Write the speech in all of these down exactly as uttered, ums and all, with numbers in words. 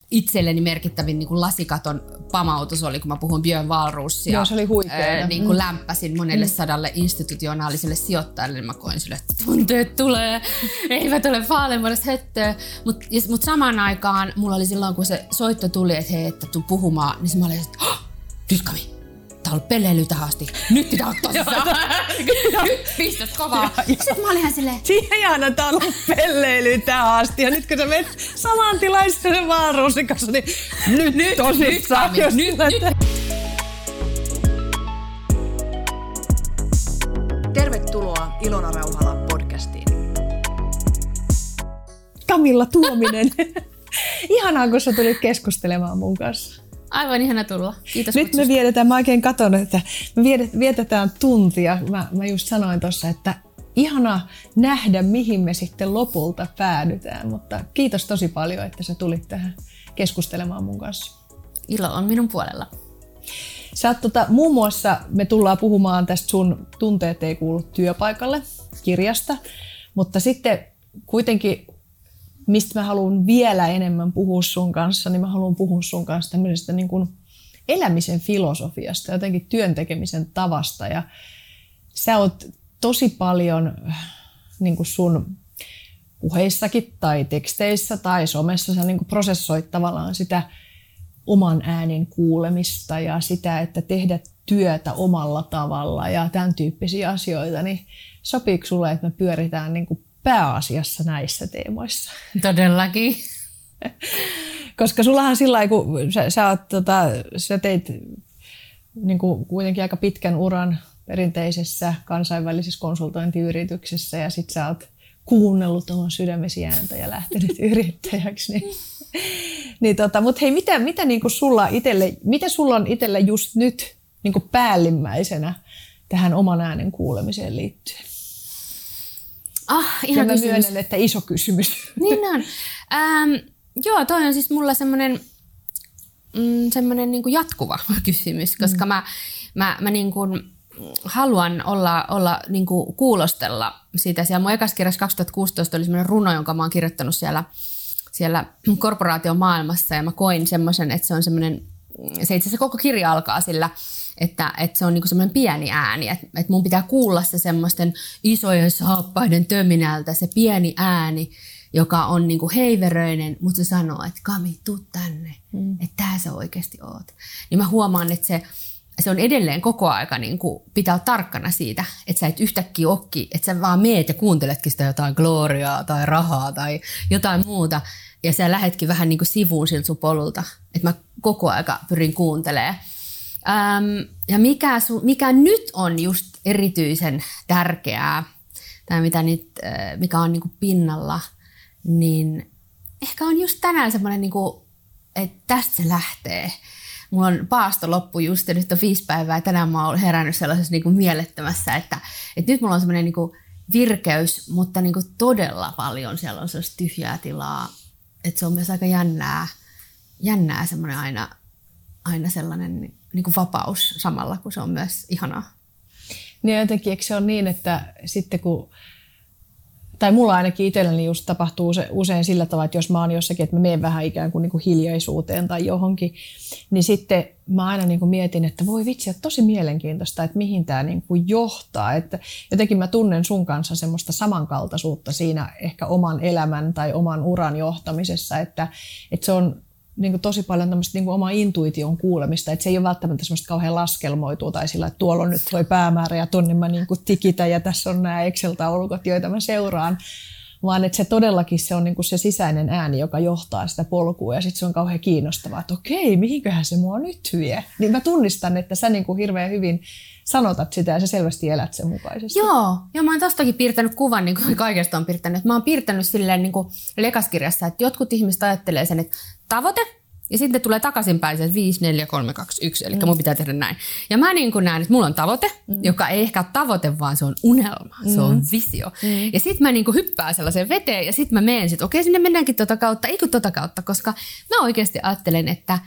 itselleni merkittävin niin kuin lasikaton pamautus oli, kun mä puhun Björn Wahlroosia. Joo, se oli huikeaa. Niin kuin mm. lämpäsin monelle mm. sadalle institutionaaliselle sijoittajalle, niin mä koin sille, että tunteet tulee, eivät ole vaaleanmuodosta höttöä. Mutta mut samaan aikaan mulla oli silloin, kun se soitto tuli, että hei, että tuu puhumaan, niin mä olin, että oh, nyt Kami, tää on pelleily tähän asti. Nyt pitää ottaa sisään. Nyt pistät kovaa. Sitten mä olin ihan silleen... Ihana, tää on ollut pelleily tähän asti. Ja nyt kun sä menet samaan tilaan sen Wahlroosin kanssa, niin nyt, nyt tosissaan. Nyt, nyt, nyt. Tervetuloa Ilona Rauhala podcastiin. Camilla Tuominen. Ihanaa, kun sä tulit keskustelemaan mun kanssa. Aivan ihana tulla. Kiitos Nyt kutsusta. me vietetään, mä oikein katon, että me vietetään tuntia. Mä, mä just sanoin tuossa, että ihana nähdä, mihin me sitten lopulta päädytään. Mutta kiitos tosi paljon, että sä tulit tähän keskustelemaan mun kanssa. Ilo on minun puolella. Sä oot, tota, muun muassa me tullaan puhumaan tästä sun Tunteet ei kuulu työpaikalle -kirjasta, mutta sitten kuitenkin mistä mä haluan vielä enemmän puhua sun kanssa, niin mä haluan puhua sun kanssa tämmöisestä niin kuin elämisen filosofiasta, jotenkin työn tekemisen tavasta. Ja sä oot tosi paljon niin kuin sun puheissakin tai teksteissä tai somessa, sä niin kuin prosessoit tavallaan sitä oman äänen kuulemista ja sitä, että tehdä työtä omalla tavalla ja tämän tyyppisiä asioita. Niin sopiiko sulle, että me pyöritään niin kuin pääasiassa näissä teemoissa? Todellakin. Koska sullahan sillä lailla, kun sä, sä, oot, tota, sä teit niin kuin kuitenkin aika pitkän uran perinteisessä kansainvälisessä konsultointiyrityksessä ja sit sä oot kuunnellut oman sydämesi ääntä ja lähtenyt yrittäjäksi. Niin, niin tota, mutta hei, mitä, mitä, niin kuin sulla itelle, mitä sulla on itsellä just nyt niin kuin päällimmäisenä tähän oman äänen kuulemiseen liittyen? Ah, ihan ja mä kysymys. myönnän, että iso kysymys. Niin on. Ähm, joo, toi on siis mulla semmoinen mm, semmoinen niinku jatkuva kysymys, koska mm. mä, mä, mä niinku haluan olla, olla niinku kuulostella sitä. Siellä mun ekas kirjassa kaksituhattakuusitoista oli semmoinen runo, jonka mä oon kirjoittanut siellä, siellä korporaation maailmassa ja mä koin semmoisen, että se on semmoinen, se itse asiassa koko kirja alkaa sillä, Että, että se on niinku semmoinen pieni ääni, että, että mun pitää kuulla se semmoisten isojen saappaiden töminältä, se pieni ääni, joka on niinku heiveröinen, mutta se sanoo, että Kami, tuu tänne, mm. että tää sä oikeasti oot. Niin mä huomaan, että se, se on edelleen koko aika, niinku, pitää olla tarkkana siitä, että sä et yhtäkkiä okki, että sä vaan meet ja kuunteletkin sitä jotain gloriaa tai rahaa tai jotain muuta, ja sä lähetkin vähän niinku sivuun siltä sun polulta, että mä koko aika pyrin kuuntelemaan. Ähm, ja mikä, su, mikä nyt on just erityisen tärkeää, tai mitä nyt, äh, mikä on niinku pinnalla, niin ehkä on just tänään semmoinen, niinku, että tästä se lähtee. Mulla on paasto loppu just ja nyt on viisi päivää ja tänään mä oon herännyt sellaisessa niinku mielettömässä, että, että nyt mulla on semmoinen niinku virkeys, mutta niinku todella paljon siellä on sellaista tyhjää tilaa, että se on myös aika jännää, jännää semmoinen aina, aina sellainen niin kuin vapaus samalla, kun se on myös ihanaa. Niin jotenkin, eikö se ole niin, että sitten kun, tai mulla ainakin itselläni just tapahtuu usein sillä tavalla, että jos mä oon jossakin, että mä menen vähän ikään kuin, niin kuin hiljaisuuteen tai johonkin, niin sitten mä aina niin kuin mietin, että voi vitsi, että tosi mielenkiintoista, että mihin tämä niin kuin johtaa. Että jotenkin mä tunnen sun kanssa semmoista samankaltaisuutta siinä ehkä oman elämän tai oman uran johtamisessa, että, että se on niin kuin tosi paljon tämmöistä niin kuin omaa intuition kuulemista, että se ei ole välttämättä semmoista kauhean laskelmoitua tai sillä, että tuolla on nyt tuo päämäärä ja tonne mä niin kuin tikitän ja tässä on nämä Excel-taulukot, joita mä seuraan, vaan että se todellakin se on niin kuin se sisäinen ääni, joka johtaa sitä polkua ja sitten se on kauhean kiinnostavaa, että okei, mihinköhän se mua nyt vie. Niin mä tunnistan, että sä niin kuin hirveän hyvin sanotat sitä ja sä selvästi elät sen mukaisesti. Joo, ja mä oon tostakin piirtänyt kuvan, niin kuin kaikesta on piirtänyt. Mä oon piirtänyt silleen niin kuin lekaskirjassa, että jotkut ihmiset ajattelee sen, että tavoite, ja sitten tulee takaisinpäin se viisi, neljä, kolme, kaksi, yksi, eli mm. mun pitää tehdä näin. Ja mä niin kuin näen, että mulla on tavoite, mm. joka ei ehkä ole tavoite, vaan se on unelma, mm. se on visio. Mm. Ja sitten mä niin kuin hyppään sellaiseen veteen, ja sitten mä menen, että okei, sinne mennäänkin tota kautta, ei kun tota kautta, koska mä oikeasti ajattelen, että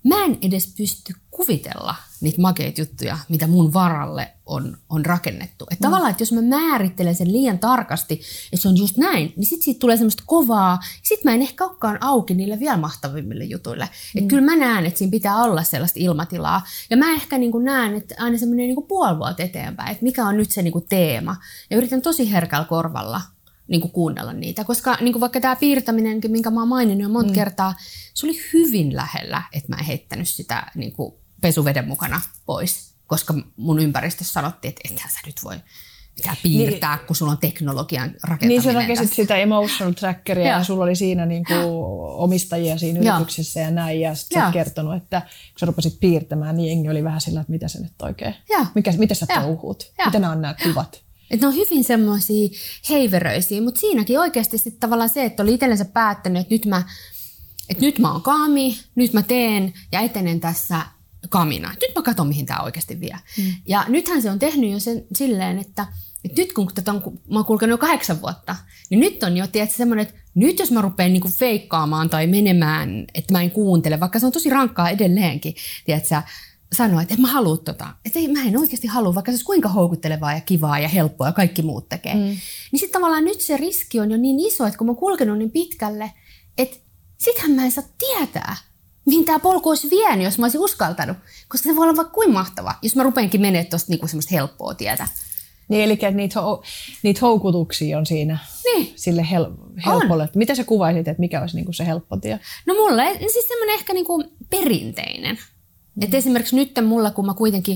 mä en edes pysty kuvitella niitä makeita juttuja, mitä mun varalle on, on rakennettu. Että mm. tavallaan, että jos mä määrittelen sen liian tarkasti, että se on just näin, niin sit siitä tulee semmoista kovaa, ja sit mä en ehkä olekaan auki niille vielä mahtavimmille jutuille. Mm. Että kyllä mä näen, että siinä pitää olla sellaista ilmatilaa, ja mä ehkä niin kuin näen, että aina semmoinen niin kuin puoli vuotta eteenpäin, että mikä on nyt se niin kuin teema, ja yritän tosi herkällä korvalla niin kuin kuunnella niitä, koska niin kuin vaikka tämä piirtäminenkin, minkä mä oon maininnut jo monta mm. kertaa, se oli hyvin lähellä, että mä en heittänyt sitä niin kuin pesuveden mukana pois, koska mun ympäristössä sanottiin, että ethän sä nyt voi mitään piirtää, niin, kun sulla on teknologian rakentaminen. Niin sä rakensit sitä emotional trackeria ja, ja sulla oli siinä niin kuin omistajia siinä yrityksessä ja, ja näin. Ja sit sä oot kertonut, että kun sä rupesit piirtämään, niin jengi oli vähän sillä, että mitä sä nyt oikein, mikä, mitä sä touhuut, mitä nämä on nämä kuvat. Että ne on hyvin semmoisia heiveröisiä, mutta siinäkin oikeasti sitten tavallaan se, että oli itsellensä päättänyt, että nyt mä, että nyt mä oon Kami, nyt mä teen ja etenen tässä Kamina. Nyt mä katson, mihin tää oikeasti vie. Mm. Ja nythän se on tehnyt jo sen silleen, että, että nyt kun tätä on, mä oon kulkenut jo kahdeksan vuotta, niin nyt on jo tiedätkö, semmoinen, että nyt jos mä rupean niinku feikkaamaan tai menemään, että mä en kuuntele, vaikka se on tosi rankkaa edelleenkin, tiedätkö, sanoa, että en mä halua tota. Että ei, mä en oikeasti halua, vaikka se olisi kuinka houkuttelevaa ja kivaa ja helppoa ja kaikki muut tekee. Mm. Niin sitten tavallaan nyt se riski on jo niin iso, että kun mä oon kulkenut niin pitkälle, että sittenhän mä en saa tietää, mihin tää polku olisi vienyt, jos mä olisin uskaltanut. Koska se voi olla vaikka kuin mahtava, jos mä rupeenkin menemään tuosta niinku semmoista helppoa tietä. Niin, eli niitä, ho- niitä houkutuksia on siinä niin. Sille hel- helpolle. Mitä sä kuvaisit, että mikä olisi niinku se helppo tie? No mulle siis semmoinen ehkä niinku perinteinen. Mm. Et esimerkiksi nyt mulla, kun mä kuitenkin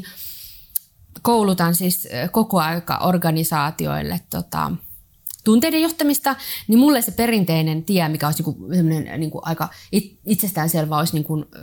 koulutan siis koko aika organisaatioille tota, tunteiden johtamista, niin mulle se perinteinen tie, mikä olisi niinku, niinku aika itsestäänselvä, olisi niinku, äh,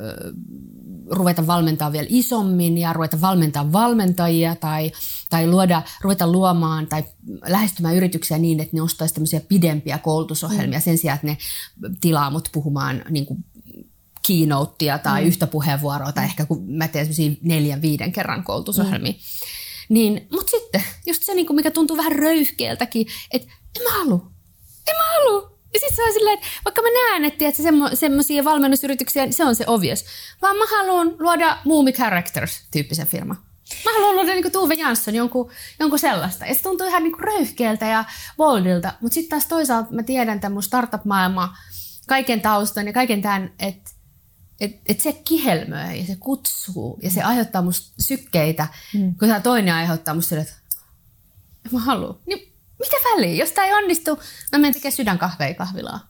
ruveta valmentaa vielä isommin ja ruveta valmentaa valmentajia tai, tai luoda, ruveta luomaan tai lähestymään yrityksiä niin, että ne ostaisi tämmöisiä pidempiä koulutusohjelmia mm. sen sijaan, että ne tilaa mut puhumaan niinku, keynotea tai mm. yhtä puheenvuoroa tai ehkä kun mä teen semmoisia neljän, viiden kerran koulutusohjelmia. Mm. Niin, mutta sitten just se, mikä tuntuu vähän röyhkeältäkin, että en mä halua, en mä halua. Ja sitten se on silleen, että vaikka mä näen, että semmo, semmoisia valmennusyrityksiä, se on se obvious. Vaan mä haluan luoda Moomy Characters-tyyppisen firman. Mä haluan luoda niin kuin Tuve Jansson, jonkun, jonkun sellaista. Ja se tuntuu ihan niin kuin röyhkeältä ja boldilta. Mutta sitten taas toisaalta mä tiedän tämän mun startup-maailmaa, kaiken taustan ja kaiken tämän, että et, et se kihelmöi ja se kutsuu ja se aiheuttaa musta sykkeitä, mm. kun tämä toinen aiheuttaa musta silleen, että mä haluan. Niin mitä väliä? Jos tämä ei onnistu, mä menen tekemään sydänkahveja kahvilaa.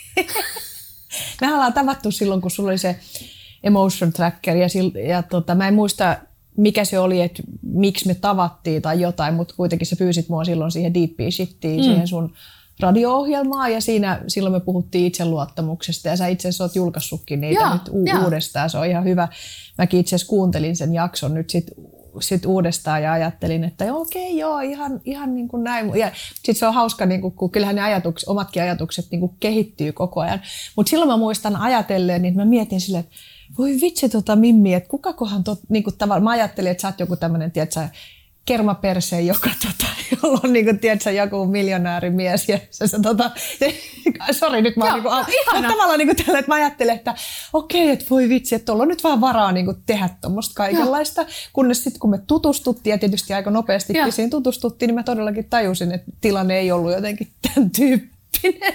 Me ollaan tavattu silloin, kun sulla oli se emotion tracker ja, ja tota, mä en muista, mikä se oli, että miksi me tavattiin tai jotain, mutta kuitenkin sä pyysit mua silloin siihen deep shittiin, mm. siihen sun radio-ohjelmaa ja siinä silloin me puhuttiin itseluottamuksesta ja sä itse asiassa oot julkaissutkin niitä ja, nyt u- ja. uudestaan. Se on ihan hyvä. Mäkin itse asiassa kuuntelin sen jakson nyt sit, sit uudestaan ja ajattelin, että okei okay, joo, ihan, ihan niin kuin näin. Ja sit se on hauska, niin kuin, kun kyllähän ne ajatukset, omatkin ajatukset niin kuin kehittyy koko ajan. Mutta silloin mä muistan ajatelleen, niin mä mietin silleen, että voi vitsi tota Mimmi, että kukakohan tot, niin kuin tavallaan, mä ajattelin, että sä oot joku tämmönen, tiedätkö, kermaperse, joka tota, jolla on niin kuin, tiedätkö, joku miljonäärimies ja se, se tota, sori nyt mä oon niin tavallaan niin kuin tällä, että mä ajattelen, että okei, okay, että voi vitsi, että tuolla on nyt vaan varaa niin kuin tehdä tuommoista kaikenlaista, ja. Kunnes sitten kun me tutustuttiin ja tietysti aika nopeastikin siinä tutustuttiin, niin mä todellakin tajusin, että tilanne ei ollut jotenkin tämän tyyppinen.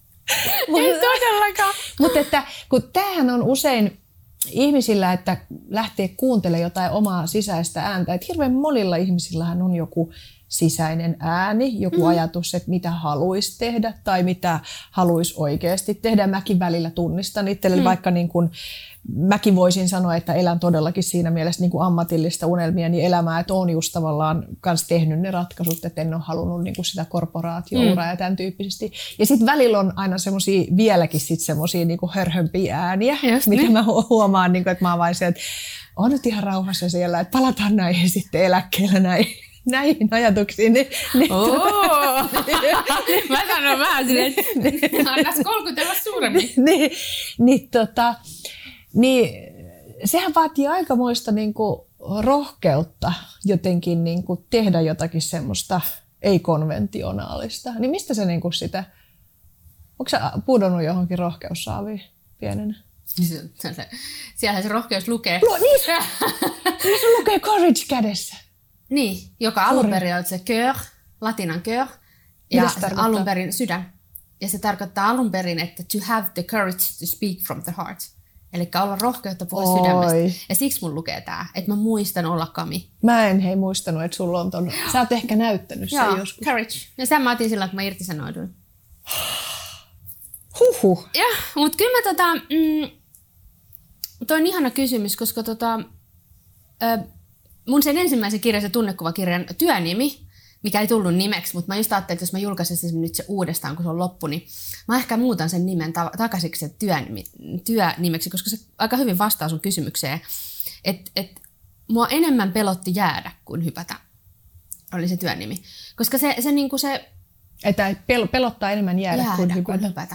Ei todellakaan. Mutta että kun tämähän on usein ihmisillä, että lähtee kuuntelemaan jotain omaa sisäistä ääntä. Että hirveän monilla ihmisillähän on joku sisäinen ääni, joku mm. ajatus, että mitä haluaisi tehdä tai mitä haluaisi oikeasti tehdä. Mäkin välillä tunnistan itselleni, mm. vaikka niin kuin, mäkin voisin sanoa, että elän todellakin siinä mielessä niin kuin ammatillista unelmieni elämää, että olen just tavallaan kanssa tehnyt ne ratkaisut, että en ole halunnut niin kuin sitä korporaatiouraa mm. ja tämän tyyppisesti. Ja sitten välillä on aina semmoisia, vieläkin sitten semmoisia niin kuin hörhömpiä ääniä, just mitä niin. Mä huomaan, niin kuin, että mä oon vain se, että on nyt ihan rauhassa siellä, että palataan näihin sitten eläkkeellä näin. Näihin ajatuksiin. Niin, niin oh. tuota, mä sanon vähän silleen, että annas kolkutella suuremmin. niin, niin, tota, niin, sehän vaatii aikamoista niin kuin, rohkeutta jotenkin niin kuin, tehdä jotakin semmoista ei-konventionaalista. Niin mistä se niin kuin, sitä, onko sä pudonnut johonkin rohkeussaaviin pienenä? Siellähän se rohkeus lukee. No, niissä, niissä lukee courage kädessä. Niin, joka alun perin on se cœur, latinan cœur, ja se alun perin sydän. Ja se tarkoittaa alun perin, että to have the courage to speak from the heart. Eli olla rohkeutta puhua Oi. sydämestä. Ja siksi mun lukee tää, että mä muistan olla Kami. Mä en hei muistanut, että sulla on ton. Sä oot ehkä näyttänyt sen Joo, joskus. courage. Ja sen mä otin silloin, kun mä irtisanouduin. Huhhuh. Joo, mutta kyllä mä tota, mm, toi on ihana kysymys, koska tota, ö, mun sen ensimmäisen kirjan, se tunnekuvakirjan työnimi, mikä ei tullut nimeksi, mutta mä just ajattelin, että jos mä julkaisen sen nyt se uudestaan, kun se on loppu, niin mä ehkä muutan sen nimen ta- takaisin sen työnimi, työnimeksi, koska se aika hyvin vastaa sun kysymykseen, että et, mua enemmän pelotti jäädä kuin hypätä, oli se työnimi. Koska se, se, niinku se että pel- pelottaa enemmän jäädä, jäädä kuin, hypätä. kuin hypätä.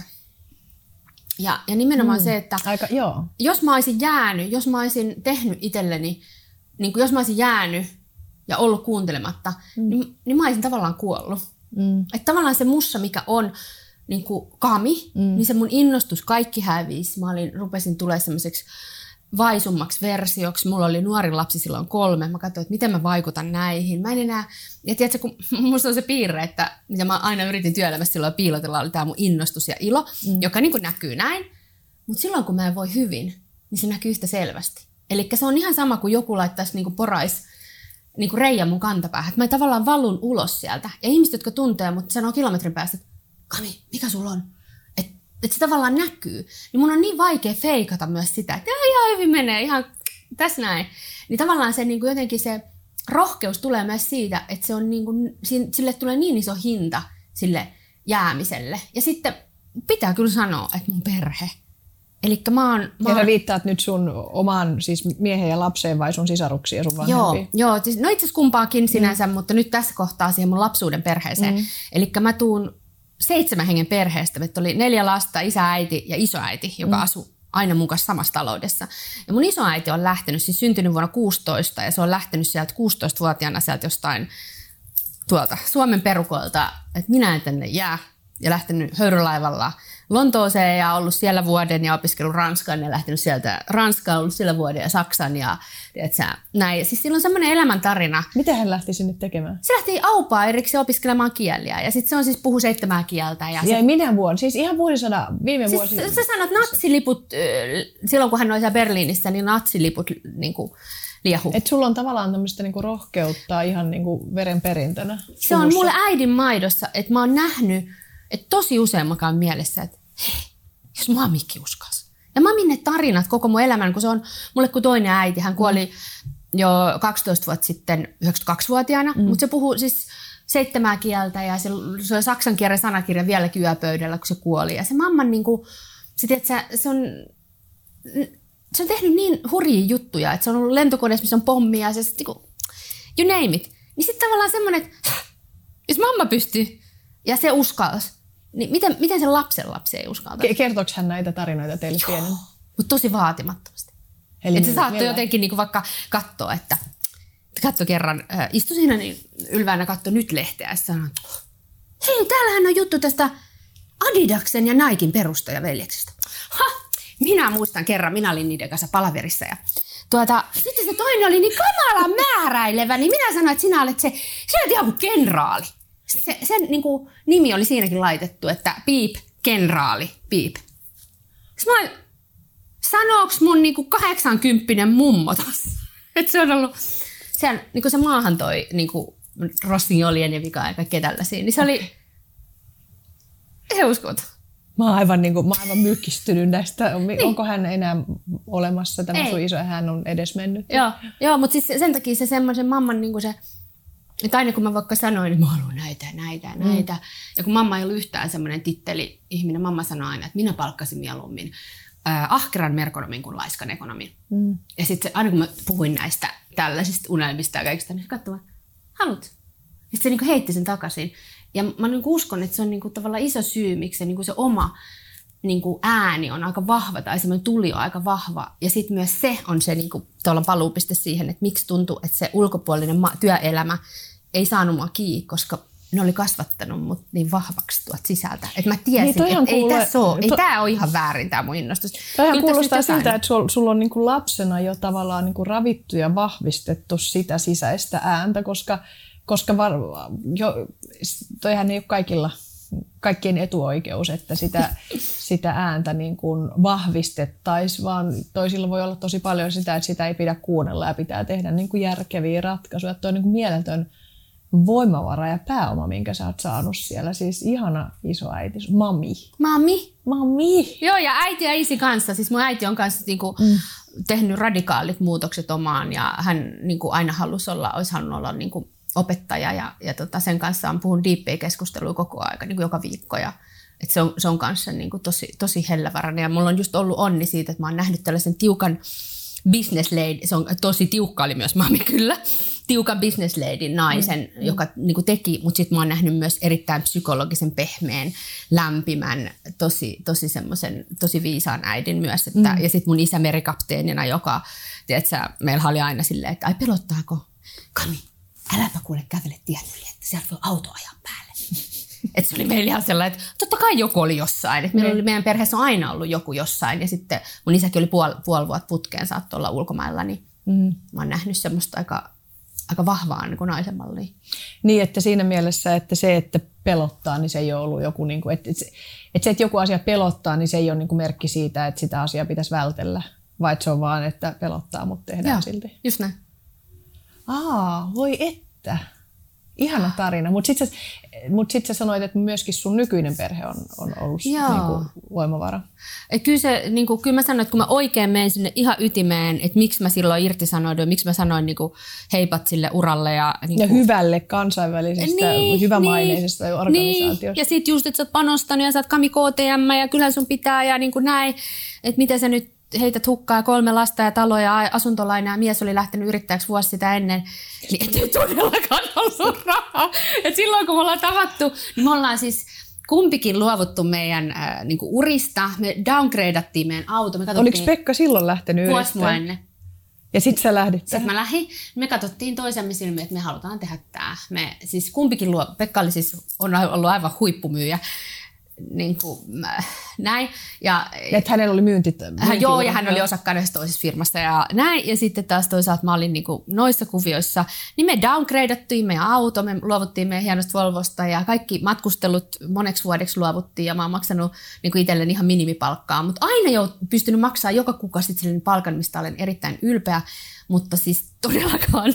Ja, ja nimenomaan mm. se, että aika, joo. jos mä olisin jäänyt, jos mä olisin tehnyt itselleni, niin kuin jos mä olisin jäänyt ja ollut kuuntelematta, mm. niin, niin mä olisin tavallaan kuollut. Mm. Että tavallaan se mussa, mikä on niin kuin Kami, mm. niin se mun innostus kaikki hävisi. Mä olin, rupesin tulemaan semmoiseksi vaisummaksi versioksi. Mulla oli nuori lapsi silloin kolme. Mä katsoin, että miten mä vaikutan näihin. Mä en enää, ja tiedätkö, kun musta on se piirre, että mitä mä aina yritin työelämässä silloin piilotella, oli tää mun innostus ja ilo, mm. joka niin kuin näkyy näin. Mutta silloin, kun mä en voi hyvin, niin se näkyy yhtä selvästi. Eli se on ihan sama kuin joku laittaisi niin kuin porais niin kuin reijän mun kantapäähän. Että mä tavallaan valun ulos sieltä. Ja ihmiset, jotka tuntee mut, sanoo kilometrin päästä, että Kami, mikä sulla on? Että et se tavallaan näkyy. Niin mun on niin vaikea feikata myös sitä, että ihan hyvin menee, ihan tässä näin. Niin tavallaan se niin kuin jotenkin se rohkeus tulee myös siitä, että se on niin kuin, sille tulee niin iso hinta sille jäämiselle. Ja sitten pitää kyllä sanoa, että mun perhe. Elikkä mä oon, mä oon... Ja sä viittaat nyt sun omaan siis miehen ja lapseen vai sun sisaruksiin ja sun vanhempiin? Joo, joo siis, no itse asiassa kumpaakin sinänsä, mm. mutta nyt tässä kohtaa siihen mun lapsuuden perheeseen. Mm. Elikkä mä tuun seitsemän hengen perheestä. Meitä oli neljä lasta, isä, äiti ja isoäiti, joka mm. asui aina mun kanssa samassa taloudessa. Ja mun isoäiti on lähtenyt, siis syntynyt vuonna kuusitoista ja se on lähtenyt sieltä kuusitoistavuotiaana sieltä jostain tuolta Suomen perukoilta, että minä en tänne jää. Ja lähtenyt höyrylaivalla Lontooseen ja ollut siellä vuoden ja opiskellut Ranskan ja lähtenyt sieltä Ranskaan, ollut siellä vuoden ja Saksan ja tiedätkö, näin. Siis sillä on semmoinen elämäntarina. Mitä hän lähti sinne tekemään? Se lähti aupaa erikseen opiskelemaan kieliä ja sitten se on siis puhu seitsemää kieltä. Ja, ja sit... minä vuonna? Siis ihan vuosisadan viime siis vuosi. Sä sanot natsiliput, silloin kun hän oli siellä Berliinissä, niin natsiliput niin kuin liehu. Että sulla on tavallaan tämmöistä niinku rohkeutta ihan niinku verenperintönä. Se on mulle äidin maidossa, että mä oon nähnyt, että tosi usein mä käyn mielessä, että hei, jos Mamikin uskalsi. Ja Mamin ne tarinat koko mun elämän, kun se on mulle kuin toinen äiti. Hän kuoli jo kaksitoista vuotta sitten yhdeksänkymmentäkaksivuotiaana, mm. mutta se puhuu siis seitsemää kieltä ja se, se oli saksan kielen sanakirja vieläkin yöpöydällä, kun se kuoli. Ja se mamman, niin kuin, se, tiedätkö, se, on, se on tehnyt niin hurjia juttuja, että se on ollut lentokoneessa, missä on pommia ja se sitten, you name it. Niin sitten tavallaan semmoinen, että jos mamma pystyy ja se uskalsi, niin miten, miten se lapsen lapsi ei uskalta? Kertooko hän näitä tarinoita teille pienen? Mutta tosi vaatimattomasti. Eli että se saattoi jotenkin niinku vaikka katsoa, että katso kerran, äh, istu siinä niin ylväänä katso nyt lehteä ja sanoi, hei, täällähän on juttu tästä Adidaksen ja Niken perustajaveljeksestä. Ha, minä muistan kerran, minä olin niiden kanssa palaverissa ja tuota, sitten se toinen oli niin kamalan määräilevä, niin minä sanoin, että sinä olet se, sinä olet ihan kuin kenraali. Se, sen niin kuin, nimi oli siinäkin laitettu, että piip, kenraali, piip. Sitten mä olin, sanooks mun niin kuin kahdeksankymppinen mummo taas? Että se on ollut, sehän, niin kuin se maahan toi niin kuin rossignolien ja vikaa ja kaikkea tällaisia, niin se oli, se uskot. Mä oon aivan, niin kuin, mä oon aivan myykkistynyt näistä. Niin. Onko hän enää olemassa, tämä Ei. sun iso, ja hän on edes mennyt? Joo, Joo mutta siis sen takia se semmoisen mamman niin kuin se, että aina kun mä vaikka sanoin, niin mä haluan näitä ja näitä ja näitä. Mm. Ja kun mamma ei ollut yhtään semmoinen titteli-ihminen, mamma sanoi aina, että minä palkkasin mieluummin äh, ahkeran merkonomin kuin laiskan ekonomin. Mm. Ja sitten aina kun mä puhuin näistä tällaisista unelmista ja kaikista, niin katsomaan, haluat. Sitten se niin kuin heitti sen takaisin. Ja mä niin kuin uskon, että se on niin kuin tavallaan iso syy, miksi se, niin kuin se oma niin kuin ääni on aika vahva tai semmoinen tuli on aika vahva. Ja sitten myös se on se niin kuin, tuolla paluupiste siihen, että miksi tuntuu, että se ulkopuolinen ma- työelämä ei saanut mua kiinni, koska ne oli kasvattanut mut niin vahvaksi tuolta sisältä. Että mä tiesin, niin että ei, kuule, tässä ole, ei to, tää ole ihan väärin tää mun innostus. Toihan kuulostaa siltä, että sulla sul on niinku lapsena jo tavallaan niinku ravittu ja vahvistettu sitä sisäistä ääntä, koska, koska var, jo, toihan ei ole kaikilla, kaikkien etuoikeus, että sitä, sitä ääntä niin kuin vahvistettaisiin, vaan toisilla voi olla tosi paljon sitä, että sitä ei pidä kuunnella ja pitää tehdä niin kuin järkeviä ratkaisuja. Tuo on niin kuin mieletön voimavara ja pääoma, minkä sä oot saanut siellä. Siis ihana isoäiti, mami. Mami. Mami. Joo, ja äiti ja isi kanssa. Siis mun äiti on kanssa niinku mm. tehnyt radikaalit muutokset omaan ja hän niinku aina halusi olla, olisi halunnut olla niinku opettaja ja, ja tota, sen kanssa on puhun deep-keskustelua koko aika, niinku joka viikko. Ja, et se on, se on kanssa niinku tosi, tosi hellävarainen ja mulla on just ollut onni siitä, että mä oon nähnyt tällaisen tiukan business lady, se on tosi tiukka oli myös mami kyllä, tiukan business lady naisen, mm, joka mm. Niin kuin teki, mutta sitten mä oon nähnyt myös erittäin psykologisen, pehmeän, lämpimän, tosi, tosi semmoisen, tosi viisaan äidin myös. Että, mm. Ja sitten mun isä merikapteenina, joka, tiedätkö, meillä oli aina silleen, että ai pelottaako, Kami, äläpä kuule kävele tien yli, että sieltä voi auto ajaa päälle. Että se oli meillä ihan sellainen, että totta kai joku oli jossain. Että meillä oli, meidän perheessä on aina ollut joku jossain. Ja sitten mun isäkin oli puoli, puoli vuotta putkeen, saattoi olla ulkomailla, niin mm. mä oon nähnyt semmoista aika, aika vahvaa niin kuin naisen mallia. Niin, että siinä mielessä, että se, että pelottaa, niin se ei ole ollut joku, niin kuin, että, että se, että joku asia pelottaa, niin se ei ole niin kuin merkki siitä, että sitä asiaa pitäisi vältellä. Vai se on vaan, että pelottaa, mutta tehdään Joo, silti. Just näin. Aa, voi että. Ihana tarina. Mutta sitten sä, mut sit sä sanoit, että myöskin sun nykyinen perhe on, on ollut niinku voimavara. Et kyllä, se, niinku, kyllä mä sanoin, että kun mä oikein menen sinne ihan ytimeen, että miksi mä silloin irtisanoin, miksi mä sanoin niinku, heipat sille uralle. Ja, niinku, ja hyvälle kansainvälisestä, niin, hyvämaineisesta niin, organisaatiosta. Niin. Ja sitten just, että sä oot panostanut ja sä oot Kami K T M ja kyllähän sun pitää ja niinku näin, että miten sä nyt heität hukkaa kolme lasta ja taloja ja asuntolainaa ja mies oli lähtenyt yrittäjäksi vuosi sitä ennen, niin ei todellakaan ollut rahaa. Et silloin kun me ollaan tavattu, niin me ollaan siis kumpikin luovuttu meidän äh, niinku urista, me downgradattiin meidän auto. Me oliko Pekka silloin lähtenyt yrittäjäksi? Ja sit sä lähdit tähän? Sitten mä lähdin. Me katsottiin toisemme silmiin, että me halutaan tehdä tää. Me siis kumpikin luo, Pekka oli siis, on ollut aivan huippumyyjä. Niin kuin, näin. Ja, ja että hänellä oli myynti. Hän, joo, ja hän oli osakkaana toisessa firmassa ja näin. Ja sitten taas toisaalta mä olin niin kuin noissa kuvioissa. Niin me downgradattiin meidän auto, me luovuttiin meidän hienosta Volvosta ja kaikki matkustelut moneksi vuodeksi luovuttiin. Ja mä oon maksanut niin kuin itselleni ihan minimipalkkaa. Mutta aina jo pystynyt maksaa joka kuukausi sellainen palkan, mistä olen erittäin ylpeä. Mutta siis todellakaan.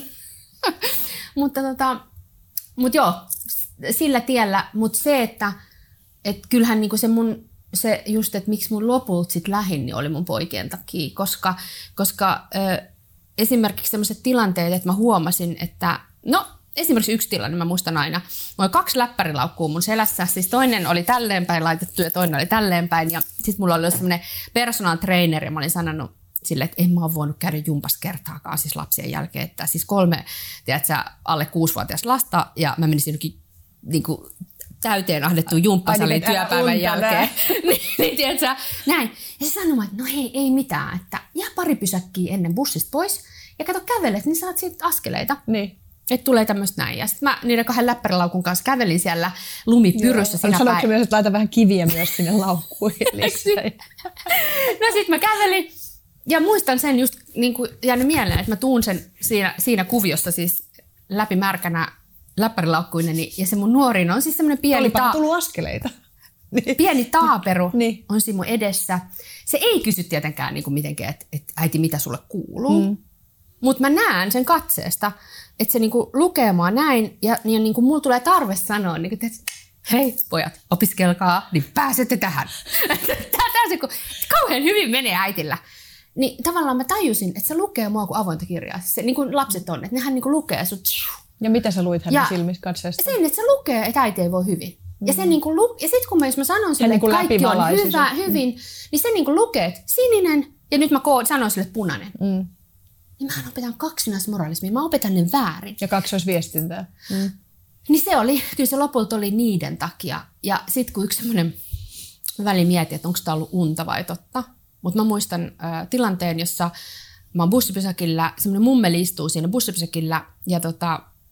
mutta tota, mut joo, sillä tiellä. Mutta se, että että kyllähän niinku se mun, se just, että miksi mun lopulta sit lähin, niin oli mun poikien takia, koska, koska ö, esimerkiksi sellaiset tilanteet, että mä huomasin, että no esimerkiksi yksi tilanne, mä muistan aina, mulla oli kaksi läppärilaukkua mun selässä, siis toinen oli tälleen päin laitettu ja toinen oli tälleen päin ja sit mulla oli semmoinen personal trainer ja mä olin sanonut sille, että en mä ole voinut käydä jumpassa kertaakaan siis lapsien jälkeen, että siis kolme, tiedätkö, alle kuusivuotias lasta ja mä menisin jokin niinku täyteen ahdettu jumppasali työpäivän jälkeen. niin, niin tiedätkö, näin. Ja se sanoi, että no hei, ei mitään, että jää pari pysäkkiä ennen bussista pois ja kato kävelet, niin saat siitä askeleita. Niin. Että tulee tämmöistä näin. Ja sitten mä niiden kahden läppärilaukun kanssa kävelin siellä lumipyryssä. Sanoitko päin... myös, että laita vähän kiviä myös sinne laukkuihin? no sit mä kävelin ja muistan sen just niin kuin jäänyt mieleen, että mä tuun sen siinä, siinä kuviossa siis läpi märkänä läppärilaukkuinen, ja se mun nuorin on siis semmoinen pieni, ta- tullut askeleita. niin. pieni taaperu niin. on siinä mun edessä. Se ei kysy tietenkään niin kuin mitenkään, että, että äiti, mitä sulle kuuluu. Mm. Mutta mä näen sen katseesta, että se niin kuin lukee mua näin, ja niin, niin kuin mulla tulee tarve sanoa, niin kuin, että hei pojat, opiskelkaa, niin pääsette tähän. Tämä on kauhean hyvin menee äitillä. Niin tavallaan mä tajusin, että se lukee mua kuin avointa kirjaa. Se, niin kuin lapset on, että nehän niin kuin lukee sut. Ja mitä sä luit hänen silmissä katseesta? Sen, että se lukee, että äiti ei voi hyvin. Mm. Ja, niin lu- ja sitten kun mä, jos mä sanon sille, että kaikki on hyvä, hyvin, mm. niin se niin lukee, että sininen, ja nyt mä ko- sanon sille punainen. Mm. Niin mähän opetan kaksinaismoralismia, mä opetan ne väärin. Ja kaksoisviestintää. Mm. Niin se oli, kyllä se lopulta oli niiden takia. Ja sitten kun yksi semmoinen väli mietin, että onko tämä ollut unta vai totta. Mutta mä muistan äh, tilanteen, jossa mä oon bussipysäkillä, semmoinen mummeli istuu siinä bussipysäkillä, ja tota,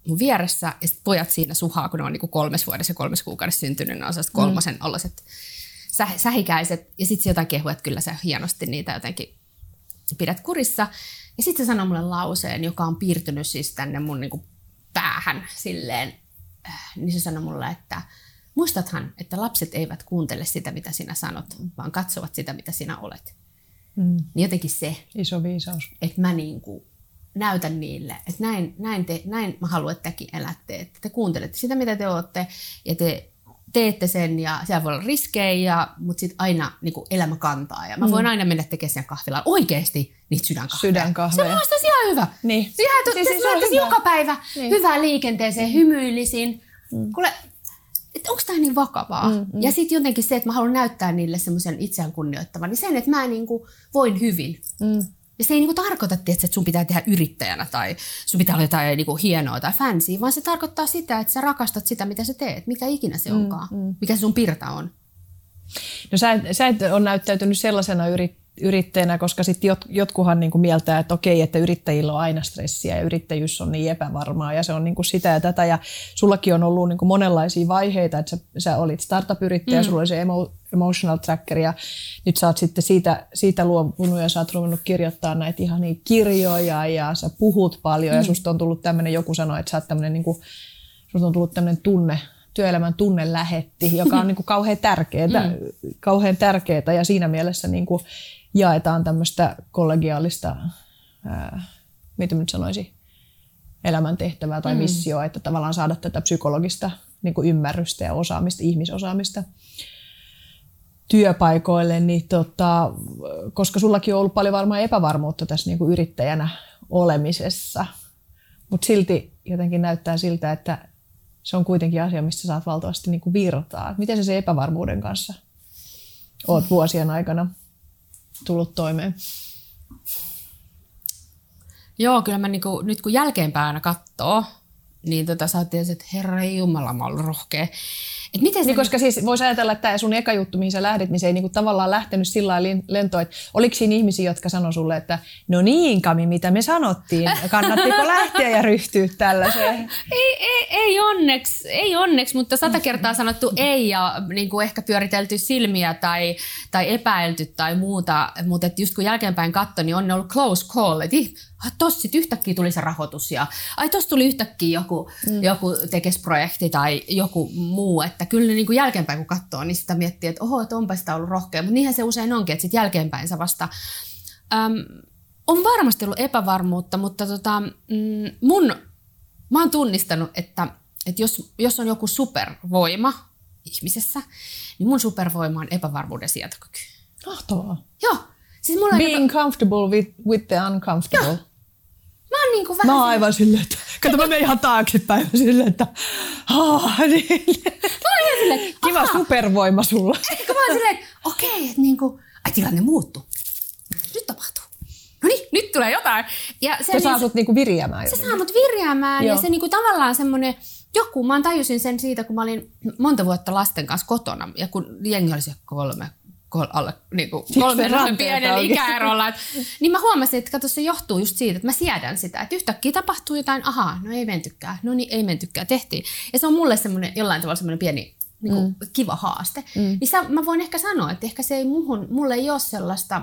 mun vieressä ja sit pojat siinä suhaa, kun ne on niinku kolmes vuodessa ja kolmes kuukaudessa syntynyt, ne on sellaiset kolmosen mm. ollaiset säh- sähikäiset ja sitten se jotain kehu, että kyllä sä hienosti niitä jotenkin pidät kurissa. Ja sitten se sanoi mulle lauseen, joka on piirtynyt siis tänne mun niinku päähän silleen, niin se sanoi mulle, että muistathan, että lapset eivät kuuntele sitä, mitä sinä sanot, vaan katsovat sitä, mitä sinä olet. Mm. Niin jotenkin se, iso viisaus. Että mä niinku näytän niille, että näin, näin, te, näin mä haluan, että tekin elätte, että te kuuntelette sitä, mitä te olette, ja te teette sen, ja siellä voi olla riskejä, mutta sitten aina niinku elämä kantaa, ja mä voin mm. aina mennä tekemään sen kahvilaan oikeasti niitä sydänkahveja. Sydänkahveja. Se on vasta ihan hyvä. Niin. Siihen siis, siis mä hyvä. Joka päivä niin. Hyvään liikenteeseen, hymyilisin. Mm. Kuule, että onko tämä niin vakavaa? Mm, mm. Ja sitten jotenkin se, että mä haluan näyttää niille semmoisen itseään kunnioittavan, niin sen, että mä niinku voin hyvin. Mm. Ja se ei niinku tarkoita, että sun pitää tehdä yrittäjänä tai sun pitää olla jotain niinku hienoa tai fancy, vaan se tarkoittaa sitä, että sä rakastat sitä, mitä sä teet, mikä ikinä se onkaan, mm, mm. mikä se sun pirta on. No sä et, sä et ole näyttäytynyt sellaisena yrittäjänä, yrittäjänä, koska sitten jot, jotkuhan niinku mieltää, että okei, että yrittäjillä on aina stressiä ja yrittäjyys on niin epävarmaa ja se on niinku sitä ja tätä. Ja sullakin on ollut niinku monenlaisia vaiheita, että sä, sä olit startup-yrittäjä, mm. sulla oli se emo, emotional tracker ja nyt sä oot sitten siitä, siitä luopunut ja sä oot ruvennut kirjoittaa näitä ihania kirjoja ja sä puhut paljon mm. ja susta on tullut tämmöinen, joku sanoi, että sä oot tämmöinen, niinku, susta on tullut tämmöinen tunne, työelämän tunnelähetti, joka on niinku kauhean tärkeää, mm. kauhean tärkeää ja siinä mielessä niinku jaetaan tämmöistä kollegiaalista, ää, mitä nyt sanoisin, elämäntehtävää tai missioa, mm. että tavallaan saada tätä psykologista niin kuin ymmärrystä ja osaamista, ihmisosaamista työpaikoille, niin tota, koska sullakin on ollut paljon varmaan epävarmuutta tässä niin kuin yrittäjänä olemisessa, mutta silti jotenkin näyttää siltä, että se on kuitenkin asia, mistä saat valtavasti niin kuin virtaa. Miten sä se epävarmuuden kanssa oot vuosien aikana tullut toimeen? Joo, kyllä mä niinku, nyt kun jälkeenpäin katsoo, niin tota, sä oot tietysti, että herra jumala, mä oon ollut rohkea. Et miten niin, koska siis voisi ajatella, että tämä sun eka juttu, mihin sä lähdit, niin se ei niinku tavallaan lähtenyt sillä lailla lentoon. Että oliko siinä ihmisiä, jotka sanoi sulle, että no niin Kami, mitä me sanottiin, kannattiko lähteä ja ryhtyä tällaiseen? Ei, ei, ei onneksi, ei onneksi, mutta sata kertaa sanottu ei ja niin kuin ehkä pyöritelty silmiä tai, tai epäilty tai muuta. Mutta just kun jälkeenpäin katsoi, niin on ollut close call. Että tossa sitten yhtäkkiä tuli se rahoitus ja ai tossa tuli yhtäkkiä joku, mm. joku tekes-projekti tai joku muu. Että kyllä niin kuin jälkeenpäin kun katsoo, niin sitä miettii, että oho, että onpa sitä ollut rohkea. Mutta niinhän se usein onkin, että sitten jälkeenpäin sä vasta... Äm, on varmasti ollut epävarmuutta, mutta tota, mm, mun, mä oon tunnistanut, että, että jos, jos on joku supervoima ihmisessä, niin mun supervoima on epävarmuuden sietokyky. Mahtavaa. Joo. Siis mulla Being kato... comfortable with, with the uncomfortable. Joo. Mä oon niinku vähän... Mä oon aivan silleen, että... Kato, mä menen ihan taaksepäin silleen, että... Haa, niin. Mä oon ihan silleen, että... Kiva supervoima sulla. Eikö mä oon silleen, että okei, okay, että niinku... Ai, tilanne muuttuu. Nyt tapahtuu. No niin, nyt tulee jotain. Ja se, se saa sut niinku virjäämään. Se jotenkin. saa mut virjäämään Joo. ja se niinku tavallaan semmonen... Joku, mä tajusin sen siitä, kun mä olin monta vuotta lasten kanssa kotona ja kun jengi oli se kolme... Kol, alle niin kuin kolmen pienen ikäerolla. Et, niin mä huomasin, että kato, se johtuu just siitä, että mä siedän sitä. Että yhtäkkiä tapahtuu jotain, ahaa, no ei mentykään, no niin ei mentykään, tehtiin. Ja se on mulle semmoinen, jollain tavalla semmoinen pieni niin kuin, mm. kiva haaste. Mm. Niin sä, mä voin ehkä sanoa, että ehkä se ei muhun, mulle ei ole sellaista,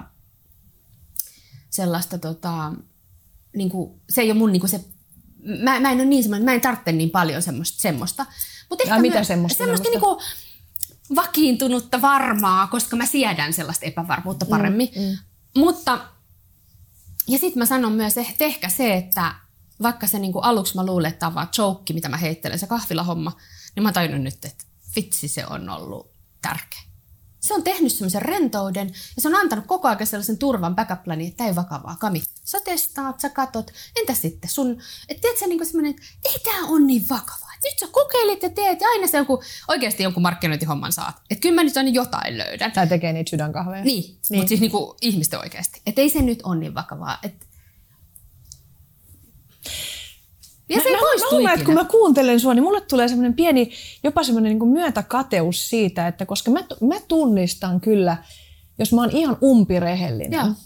sellaista tota, niin kuin, se ei ole mun niin kuin se, mä, mä en ole niin semmoinen, mä en tarvitse niin paljon semmoista. semmoista. Mut ehkä ja mitä mä, semmoista? Semmoista niin kuin, vakiintunutta varmaa, koska mä siedän sellaista epävarmuutta paremmin. Mm, mm. Mutta, ja sitten mä sanon myös että ehkä se, että vaikka se niinku aluksi mä luulen, että tämä on vaan joke, mitä mä heittelen, se kahvilahomma, niin mä tajunnut nyt, että vitsi se on ollut tärkeä. Se on tehnyt semmoisen rentouden ja se on antanut koko ajan sellaisen turvan backup-plani, että tämä ei vakavaa. Kami, sä testaat, sä katot, entä sitten sun, että tiedät sä niinku semmoinen, että ei tämä on niin vakavaa. Et nyt sä kokeilit ja teet ja aina se joku, oikeasti jonkun markkinointihomman saat. Että kyllä mä nyt aina jotain löydän. Tai tekee niitä sydänkahveja. Niin, niin. Mutta siis niinku ihmisten oikeasti. Että ei se nyt ole niin vakavaa. Et... Ja mä, se ei poistu ikinä. Kun mä kuuntelen sua, niin mulle tulee semmoinen pieni, jopa semmoinen niin kuin myötäkateus siitä, että koska mä, mä tunnistan kyllä, jos mä oon ihan umpirehellinen, ja.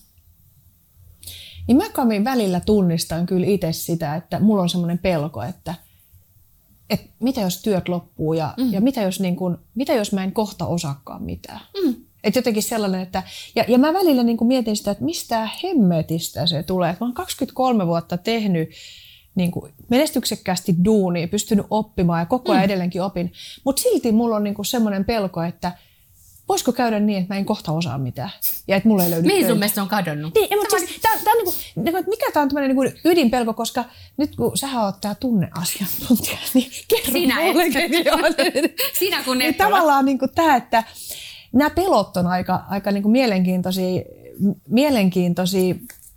niin mä Kami välillä tunnistan kyllä itse sitä, että mulla on semmoinen pelko, että että mitä jos työt loppuu ja, mm. ja mitä, jos niin kun, mitä jos mä en kohta osaakaan mitään. Mm. Että jotenkin sellainen, että ja, ja mä välillä niin kun mietin sitä, että mistä hemmetistä se tulee. Mä oon kaksikymmentäkolme vuotta tehnyt niin kuin menestyksekkäästi duunia, pystynyt oppimaan ja koko ajan mm. edelleenkin opin. Mutta silti mulla on niin kuin semmoinen pelko, että voisiko käydä niin, että mä en kohta osaa mitään. Ja että mulla ei löydy Mihin sun mielestä on kadonnut? Niin, mutta siis, tää, tää on niinku, mikä tämä on tämmöinen niinku ydinpelko, koska nyt kun sähän oot tää tunneasiantuntija, niin kerro Sinä mullekin. Sinä kun et niin tavallaan niinku tämä, että nämä pelot on aika, aika niinku mielenkiintoisia, mielenkiintoisia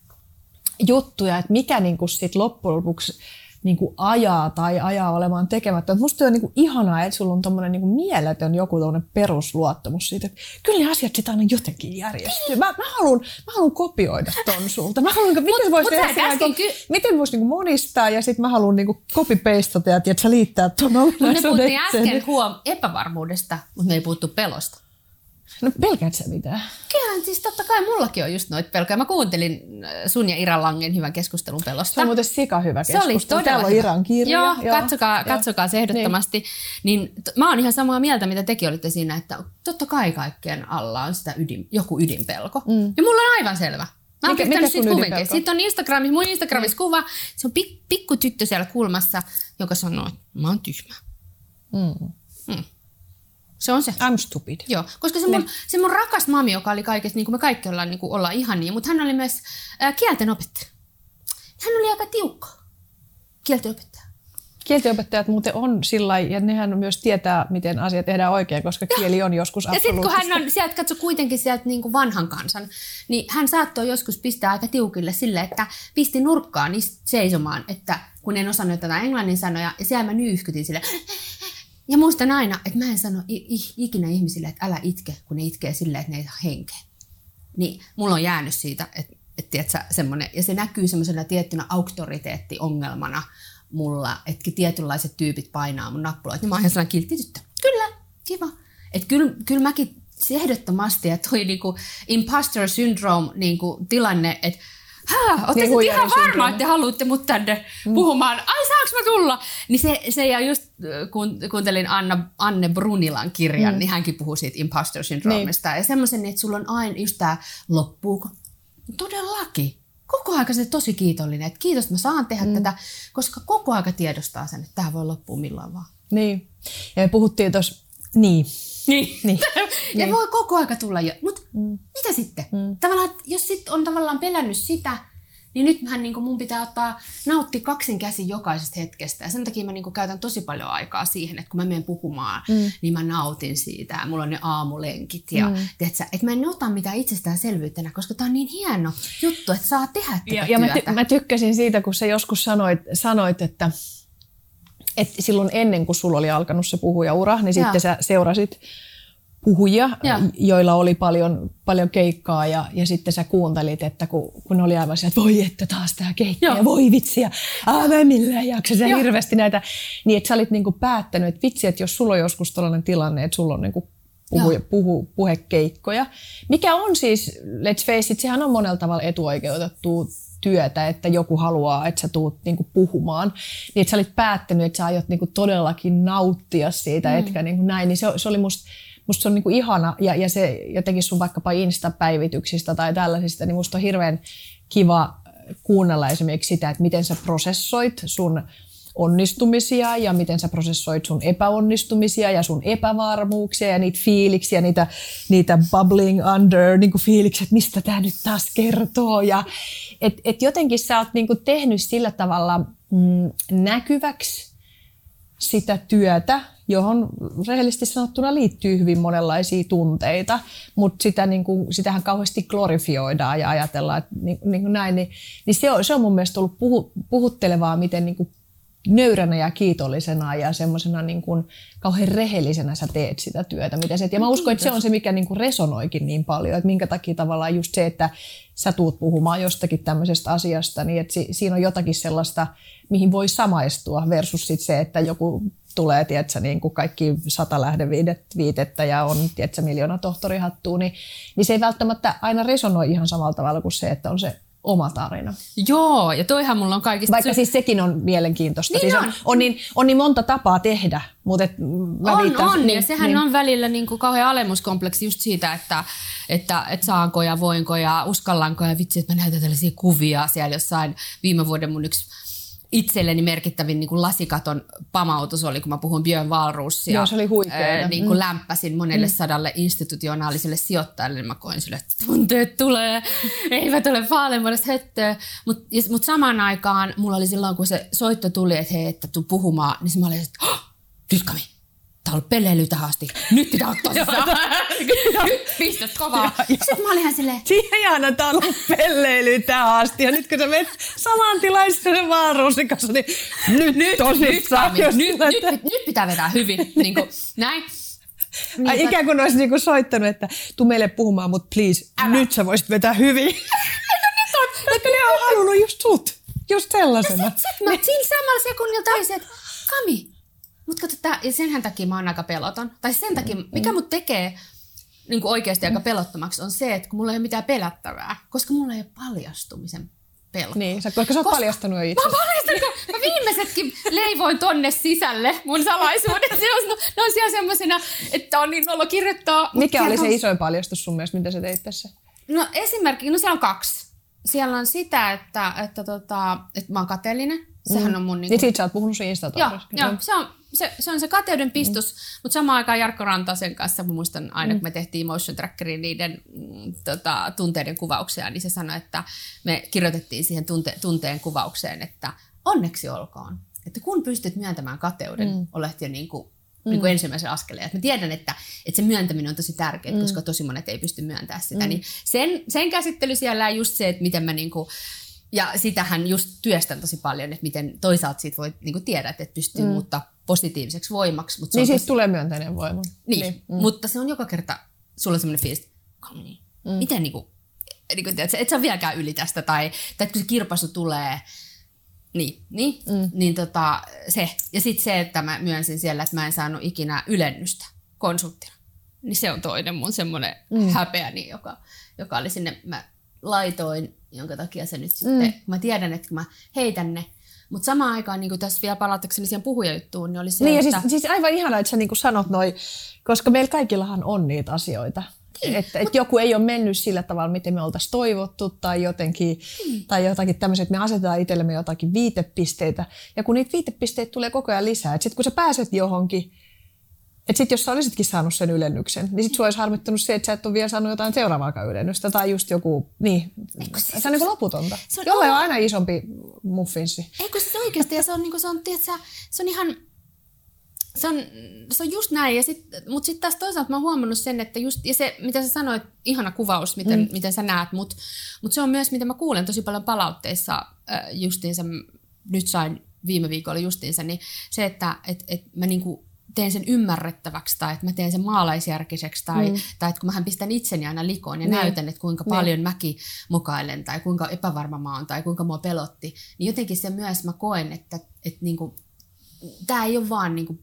juttuja, että mikä niinku sit loppujen lopuksi niinku ajaa tai ajaa olemaan tekemättä. Musta on niinku ihanaa, että sulla on tommonen niinku mieletön joku tommonen perusluottamus siitä, että kyllä ne asiat sitä aina jotenkin järjestyy. Mä, mä, haluan, mä haluan kopioida ton sulta. Mä haluan, mut, miten voisi niinku, ky- vois niinku monistaa ja sit mä haluan niinku copy-pastata ja tiedät, sä liittää ton ominaisuuden. Mutta me puhuttiin äsken huom epävarmuudesta, mutta me ei puhuttu pelosta. No pelkäät sä mitään? Kyllä, siis totta kai mullakin on just noita pelkoja. Mä kuuntelin sun ja Ira Langen hyvän keskustelun pelosta. Se on muuten sika hyvä keskustelu. Se oli todella Täällä on hyvä. Iran kirja. Joo, joo. katsokaa, joo. katsokaa se ehdottomasti. Niin. Niin, t- mä oon ihan samaa mieltä, mitä tekin olitte siinä, että totta kai kaikkien alla on sitä ydin, joku ydinpelko. Mm. Ja mulla on aivan selvä. Mä oon pistänyt siitä kuvinkin. Sitten on Instagramissa, mun Instagramissa kuva. Se on pik, pikku tyttö siellä kulmassa, joka sanoo, että mä oon tyhmä. Mm. Mm. Se on se. I'm stupid. Joo, koska se mun, se mun rakas mami, joka oli kaikessa, niin kuin me kaikki ollaan, niin kuin ollaan ihania, mutta hän oli myös ää, kieltenopettaja. Hän oli aika tiukka kieltenopettaja. Kieltenopettajat muuten on sillä ja nehän myös tietää, miten asia tehdään oikein, koska ja. kieli on joskus absoluuttista. Ja sitten kun hän on sieltä, katso kuitenkin sieltä niin kuin vanhan kansan, niin hän saattoi joskus pistää aika tiukille sille, että pisti nurkkaan seisomaan, että kun en osannut jotain englannin sanoja, ja siellä mä nyyhkytin sille. Ja muistan aina, että mä en sano ikinä ihmisille, että älä itke, kun ne itkee silleen, että ne ei saa henkeä. Niin mulla on jäänyt siitä, että, että tiedätkö, semmoinen, ja se näkyy semmoisena tiettynä auktoriteettiongelmana mulla, että tietynlaiset tyypit painaa mun nappuloita. Niin mä oon ihan sellainen kiltti tyttö. Kyllä, kiva. Että kyllä, kyllä mäkin ehdottomasti, että toi niinku imposter syndrome niinku tilanne, että hää, ootte niin ihan varma, että te haluatte mut tänne mm. puhumaan. Ai, saanko mä tulla? Niin se, se ja just kun kuuntelin Anna, Anne Brunilan kirjan, mm. niin hänkin puhuu siitä imposter syndroomista. Niin. Ja semmoisen, että sulla on aina just tää loppuuko. Todellakin. Koko aika se tosi kiitollinen, että kiitos, että mä saan tehdä mm. tätä, koska koko aika tiedostaa sen, että tää voi loppua milloin vaan. Niin. Ja me puhuttiin tuossa, niin. Niin. niin. ja niin. voi koko aika tulla jo. Mutta mm. mitä sitten? Mm. Tavallaan, jos sit on tavallaan pelännyt sitä, niin nyt mähän, niin mun pitää ottaa, nauttia kaksin käsin jokaisesta hetkestä. Ja sen takia mä niin käytän tosi paljon aikaa siihen, että kun mä menen puhumaan, mm. niin mä nautin siitä. Ja mulla on ne aamulenkit. Ja mm. tiiätkö, että mä en ota mitään itsestäänselvyytenä, koska tää on niin hieno juttu, että saa tehdä tätä ja, työtä. Ja mä, ty- mä tykkäsin siitä, kun sä joskus sanoit, sanoit että että silloin ennen kuin sulla oli alkanut se puhujaura, niin ja. sitten sä seurasit puhujia, ja. joilla oli paljon, paljon keikkaa ja, ja sitten sä kuuntelit, että kun, kun ne oli aivan sieltä, että voi että taas tää keikka ja voi vitsi ja aah, mä en millään jaksa sä hirveästi näitä, niin että sä olit niinku päättänyt, että vitsi, että jos sulla on joskus tällainen tilanne, että sulla on niinku puhu, puhu, puhekeikkoja, mikä on siis, let's face it, sehän on monella tavalla etuoikeutettua työtä, että joku haluaa, että sä tuut niinku puhumaan, niin että sä olit päättänyt, että sä aiot niinku todellakin nauttia siitä, mm. etkä niinku näin, niin se, se oli musta, musta se on niinku ihana, ja, ja se jotenkin sun vaikkapa Insta-päivityksistä tai tällaisista, niin musta on hirveän kiva kuunnella esimerkiksi sitä, että miten sä prosessoit sun onnistumisia ja miten sä prosessoit sun epäonnistumisia ja sun epävarmuuksia ja niitä fiiliksiä, niitä, niitä bubbling under niinku fiiliksiä, että mistä tää nyt taas kertoo. Ja et, et jotenkin sä oot niinku tehnyt sillä tavalla mm, näkyväksi sitä työtä, johon rehellisesti sanottuna liittyy hyvin monenlaisia tunteita, mutta sitä, niinku, sitähän kauheasti glorifioidaan ja ajatellaan, että niinku, niinku näin, niin, niin se, on, se on mun mielestä ollut puhu, puhuttelevaa, miten niinku nöyränä ja kiitollisena ja semmoisena niin kuin kauhean rehellisenä sä teet sitä työtä. Mitä se, ja mä uskon, että se on se, mikä niin kuin resonoikin niin paljon, että minkä takia tavallaan just se, että sä tuut puhumaan jostakin tämmöisestä asiasta, niin että si, siinä on jotakin sellaista, mihin voi samaistua versus sit se, että joku tulee, tiedätkö, niin kuin kaikki sata lähdeviitettä ja on, tiedätkö, miljoona tohtorihattua, niin, niin se ei välttämättä aina resonoi ihan samalla tavalla kuin se, että on se oma tarina. Joo, ja toihan mulla on kaikista... Vaikka sy- siis sekin on mielenkiintoista. Niin siis on. on. On, niin, on niin monta tapaa tehdä, mutta et mä on, viittaan... on, niin, ja sehän niin. on välillä niin kuin kauhean alemuskompleksi just siitä, että, että, että saanko ja voinko ja uskallanko ja vitsi, että mä näytän tällaisia kuvia siellä jossain. Viime vuoden mun yksi itselleni merkittävin niin kuin lasikaton pamautus oli, kun mä puhun Björn Wahlroos. Joo, se oli huikeaa. Niin kuin mm. lämpäsin monelle mm. sadalle institutionaaliselle sijoittajalle, niin mä koin sille, että tunteet tulee, eivät ole vaaleanmuodosta höttöä. Mutta mut samaan aikaan mulla oli silloin, kun se soitto tuli, että hei, että tuu puhumaan, niin mä olin, että oh, nyt Kami, tää on ollut pelleily tähän asti. Nyt pitää ottaa tosissaan. Nyt pistät kovaa. Sitten mä olin ihan silleen... Tiana, tää on ollut pelleily tähän asti. Ja nyt kun sä menet saman tilaisuuden Wahlroosin kanssa, niin nyt, nyt tosissaan. Nyt, nyt, nyt, nyt pitää vetää hyvin. niin kuin, näin. Niin, Ai, ikään kuin olisi niinku soittanut, että tuu meille puhumaan, mutta please, älä. Nyt sä voisit vetää hyvin. Että ne on halunnut just sut. Just sellaisena. Ja sit, sit mä niin. Siinä samalla sekunnilla taisin, että Kami, mutta kato, tää, ja senhän takia mä oon aika peloton. Tai sen takia, mikä mut tekee niin kuin oikeasti aika pelottomaksi, on se, että kun mulla ei ole mitään pelättävää, koska mulla ei ole paljastumisen pelkoa. Niin, koska sä oot koska paljastanut jo itse. Mä oon paljastanut, mä viimeisetkin leivoin tonne sisälle mun salaisuudet. Ne on siellä semmosena, että on niin nolo kirjoittaa. Mikä oli se isoin paljastus sun mielestä, mitä sä teit tässä? No esimerkiksi, no siellä on kaksi. Siellä on sitä, että, että, tota, että mä oon kateellinen. Sehän mm. on mun... Niin, niin sit sä oot puhunut sun Insta-taudesta. Joo, joo se, on, se, se on se kateuden pistus, mm. mutta samaan aikaan Jarkko Rantasen kanssa, mä muistan aina, mm. kun me tehtiin Motion Trackeriin niiden mm, tota, tunteiden kuvauksia, niin se sanoi, että me kirjoitettiin siihen tunte, tunteen kuvaukseen, että onneksi olkoon, että kun pystyt myöntämään kateuden, mm. olet jo niin kuin, mm. niin kuin ensimmäisen askeleen. Mä tiedän, että, että se myöntäminen on tosi tärkeää, mm. koska tosi monet ei pysty myöntämään sitä. Mm. Niin sen, sen käsittely siellä on just se, että miten mä niin kuin, ja sitähän just työstän tosi paljon, että miten toisaalta siitä voi niin kuin tiedä, että pystyy mm. muuttaa positiiviseksi voimaksi. Mutta niin siis tosi... tulee myönteinen voima. Niin, niin. Mm. Mutta se on joka kerta sulla semmoinen fiilis, että mm. miten niin kuin, niin kuin, tiedät, et sä ole vieläkään yli tästä, tai, tai kun se kirpaisu tulee, niin, niin, mm. niin tota, se. Ja sitten se, että mä myönsin siellä, että mä en saanut ikinä ylennystä konsulttina, niin se on toinen mun semmoinen mm. häpeäni, joka, joka oli sinne, mä laitoin, jonka takia se nyt sitten, mm. mä tiedän, että kun mä heitän ne, mutta samaan aikaan niin tässä vielä palatakseni siihen puhujajuttuun, niin oli se, niin, että... Siis, siis aivan ihanaa, että sä niin sanot noin, koska meillä kaikillahan on niitä asioita. Niin, että et joku ei ole mennyt sillä tavalla, miten me oltaisiin toivottu tai jotenkin, mm. tai jotakin tämmöiset, että me asetetaan itsellemme jotakin viitepisteitä. Ja kun niitä viitepisteitä tulee koko ajan lisää, että sitten kun sä pääset johonkin, että sitten jos sä olisitkin saanut sen ylennyksen, niin sitten sua olisi harmittanut se, että sä et ole vielä saanut jotain seuraavaakaan ylennystä tai just joku, niin, siis, se on niin kuin loputonta. Se on, jollain on aina isompi muffinssi. Eikö se oikeasti, ja se on, niin kuin, se on, tiedätkö, se on ihan, se on, se on just näin, ja sit, mutta sitten taas toisaalta mä oon huomannut sen, että just, ja se, mitä sä sanoit, ihana kuvaus, miten, mm. miten sä näet, mutta mut se on myös, mitä mä kuulen tosi paljon palautteissa, justiinsa, nyt sain viime viikolla justiinsa, niin se, että et, et mä niinku teen sen ymmärrettäväksi tai että mä teen sen maalaisjärkiseksi tai, mm. tai että kun mähän pistän itseni aina likoon ja ne. näytän, että kuinka paljon ne. mäkin mukailen tai kuinka epävarma mä oon tai kuinka mua pelotti, niin jotenkin se myös mä koen, että, että niinku, tää ei ole vaan niinku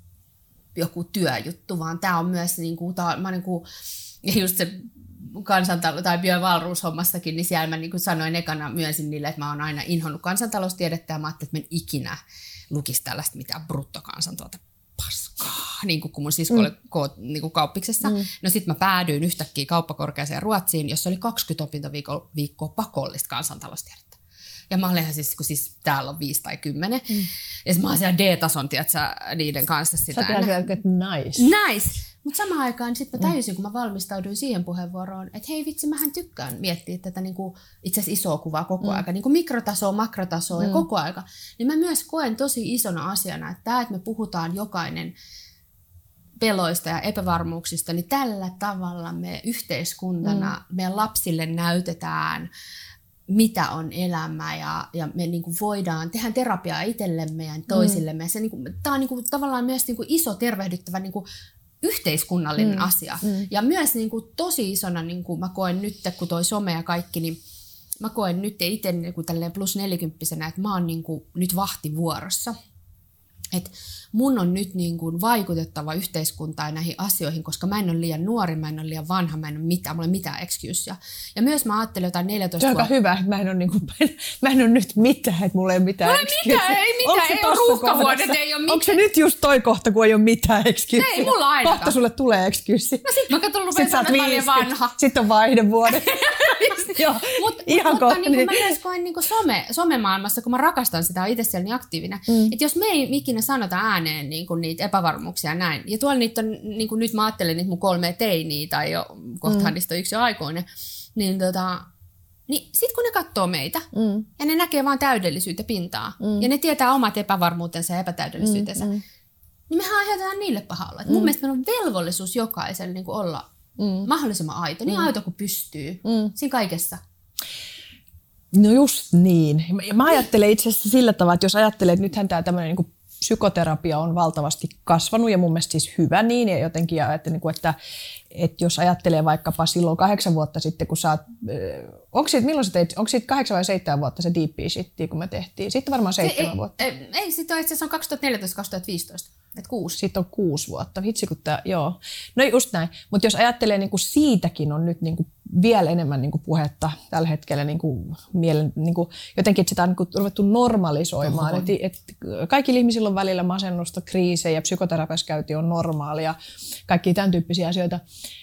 joku työjuttu, vaan tää on myös niinku, tää on, mä niinku, ja just se kansantalous tai Björn Wahlroos hommassakin, niin siellä mä niinku sanoin ekana myönsin niille, että mä oon aina inhonnut kansantaloustiedettä ja mä ajattelin, että mä en ikinä lukisi tällaista mitään bruttokansantuota paskaa, niin kuin kun mun sisko oli mm. ko- niin kuin kauppiksessa. Mm. No sit mä päädyin yhtäkkiä kauppakorkeaseen Ruotsiin, jossa oli kaksikymmentä opintoviikkoa pakollista kansantaloustiedettä. Ja mä olen siis, kun siis täällä on viisi tai kymmenen. Mm. Ja mä oon siellä D-tason, tiedätkö, niiden kanssa sitä. Sä oot vielä, että nice. Nice. Mutta samaan aikaan sitten mä tajusin, kun mä valmistauduin siihen puheenvuoroon, että hei vitsi, mähän tykkään miettiä tätä niin kuin, itse asiassa isoa kuvaa koko mm. aika, niin kuin mikrotasoa, makrotasoa mm. ja koko aika. Niin mä myös koen tosi isona asiana, että tämä, että me puhutaan jokainen peloista ja epävarmuuksista, niin tällä tavalla me yhteiskuntana, mm. meidän lapsille näytetään, mitä on elämä ja, ja me niin kuin voidaan tehdä terapiaa itsellemme ja toisillemme. Mm. Se, niin kuin, tämä on niin kuin, tavallaan myös niin kuin iso tervehdyttävä niin kuin yhteiskunnallinen mm. asia. Mm. Ja myös niin kuin, tosi isona, niin kuin mä koen nyt, kun toi some ja kaikki, niin mä koen nyt itse niin kuin tälleen plus nelikymppisenä, että mä oon niin kuin, nyt vahtivuorossa. että mun on nyt niin kuin vaikutettava yhteiskuntaan näihin asioihin, koska mä en ole liian nuori, mä en ole liian vanha, mä en ole mitään, mulla ei ole mitään excusea. Ja myös mä ajattelen jotain neljätoista vuotta. Se on aika hyvä, että mä en ole, niin kuin, mä en ole nyt mitään, että mulla ei ole mitään excusea. Mulla ei mitään, ei ole ruuhkavuodet, ei ole mitään. Onko se nyt just toi kohta, kun ei ole mitään excusea? Ei, mulla ainakaan. Kohta sulle tulee excusea. No sit mä katson rupean sanoa, että mä olen vanha. Sitten on vaihdevuodet. Joo, Mut, Ihan mutta niin kuin mä myös koen niin kuin some, somemaailmassa, kun mä rakastan sitä, itse siellä niin aktiivinen, mm. että jos me ei ikinä sanota ääneen niin kuin niitä epävarmuuksia näin, ja tuolla niitä on, niin kuin nyt mä ajattelen niitä mun kolme teiniä, tai jo, kohtahan mm. niistä on yksi jo aikuinen, niin, tota, niin sit kun ne katsoo meitä, mm. ja ne näkee vaan täydellisyyttä pintaa, mm. ja ne tietää omat epävarmuutensa ja epätäydellisyytensä, mm. niin mehän aiheutetaan niille paha olla. Mm. Mun mielestä meillä on velvollisuus jokaiselle niin kuin olla mm. mahdollisimman aito, niin mm. aito kuin pystyy, mm. siinä kaikessa. No just niin. Mä ajattelen itse asiassa sillä tavalla, että jos ajattelee, että nythän tämä tämmöinen niin psykoterapia on valtavasti kasvanut ja mun mielestä siis hyvä niin. Ja jotenkin ajattelin, että, että jos ajattelee vaikkapa silloin kahdeksan vuotta sitten, kun sä oot, onko siitä, milloin sä teit, onko siitä kahdeksan vai seitsemän vuotta se deep shittiä, kun me tehtiin? Sitten varmaan seitsemän ei, vuotta. Ei, ei sitten itse asiassa on kaksituhattaneljätoista kaksituhattaviisitoista. Että kuusi. Sitten on kuusi vuotta. Vitsi, kun tää, joo. No just näin. Mutta jos ajattelee, niin kuin siitäkin on nyt niin kuin vielä enemmän niin kuin puhetta tällä hetkellä niin kuin mielen, niin kuin jotenkin, että sitä on niin kuin ruvettu normalisoimaan. Et, et kaikilla ihmisillä on välillä masennusta, kriisejä, psykoterapiassa käynti on normaalia, kaikki tämän tyyppisiä asioita.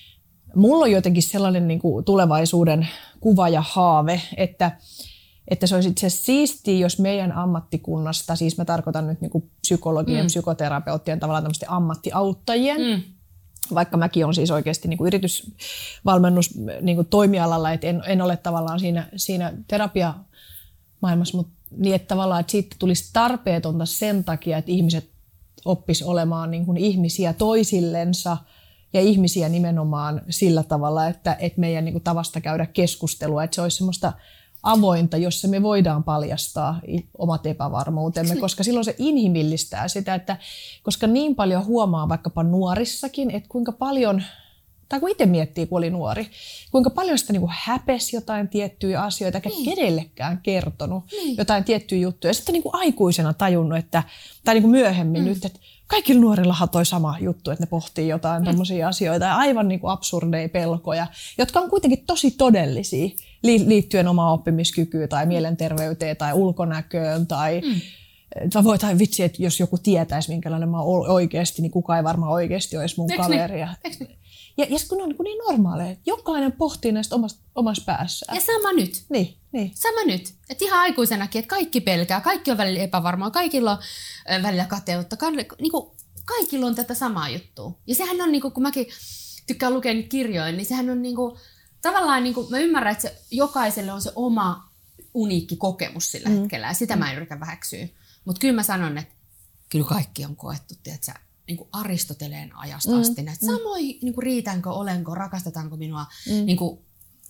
Mulla on jotenkin sellainen niin kuin tulevaisuuden kuva ja haave, että Että se olisi itse asiassa siistiä, jos meidän ammattikunnasta, siis mä tarkoitan nyt niin kuin psykologien, mm. psykoterapeuttien tavallaan tämmöisten ammattiauttajien, mm. vaikka mäkin olen siis oikeasti niin kuin yritysvalmennus niin kuin toimialalla, että en, en ole tavallaan siinä, siinä terapiamaailmassa, mutta niin, että tavallaan että siitä tulisi tarpeetonta sen takia, että ihmiset oppis olemaan niin kuin ihmisiä toisillensa ja ihmisiä nimenomaan sillä tavalla, että, että meidän niin kuin tavasta käydä keskustelua, että se olisi semmoista avointa, jossa me voidaan paljastaa omat epävarmuutemme, koska silloin se inhimillistää sitä, että koska niin paljon huomaa vaikkapa nuorissakin, että kuinka paljon, tai kun itse miettii, kun oli nuori, kuinka paljon sitä niin kuin häpesi jotain tiettyjä asioita, eikä niin. kenellekään kertonut niin. jotain tiettyjä juttuja. Ja sitten niin kuin aikuisena tajunnut, että, tai niin kuin myöhemmin mm. nyt, että kaikilla nuorillahan toi sama juttu, että ne pohtii jotain mm. tommosia asioita ja aivan niin kuin absurdeja pelkoja, jotka on kuitenkin tosi todellisia liittyen omaan oppimiskykyyn tai mielenterveyteen tai ulkonäköön tai mm. voi tai vitsi, että jos joku tietäisi, minkälainen mä oon oikeasti, niin kukaan ei varmaan oikeasti olisi mun Eks kaveri. Ja, ja, ja kun ne on niin normaaleja, jokainen pohtii näistä omasta, omassa päässään. Ja sama nyt. Niin, niin. Sama nyt. Että ihan aikuisenakin, että kaikki pelkää, kaikki on välillä epävarmaa, kaikilla on välillä kateutta, niin kuin, kaikilla on tätä samaa juttua. Ja sehän on, niin kuin, kun mäkin tykkään lukea niitä kirjoja, niin sehän on niin kuin, tavallaan, niin kuin, mä ymmärrän, että se, jokaiselle on se oma uniikki kokemus sillä mm. hetkellä, ja sitä mm. mä en yritä väheksyä. Mutta kyllä mä sanon, että kyllä kaikki on koettu, tiedätkö, niin kuin Aristoteleen ajasta mm. asti. Näitä mm. samoin, niin kuin riitänkö, olenko, rakastetaanko minua, mm. niin kuin,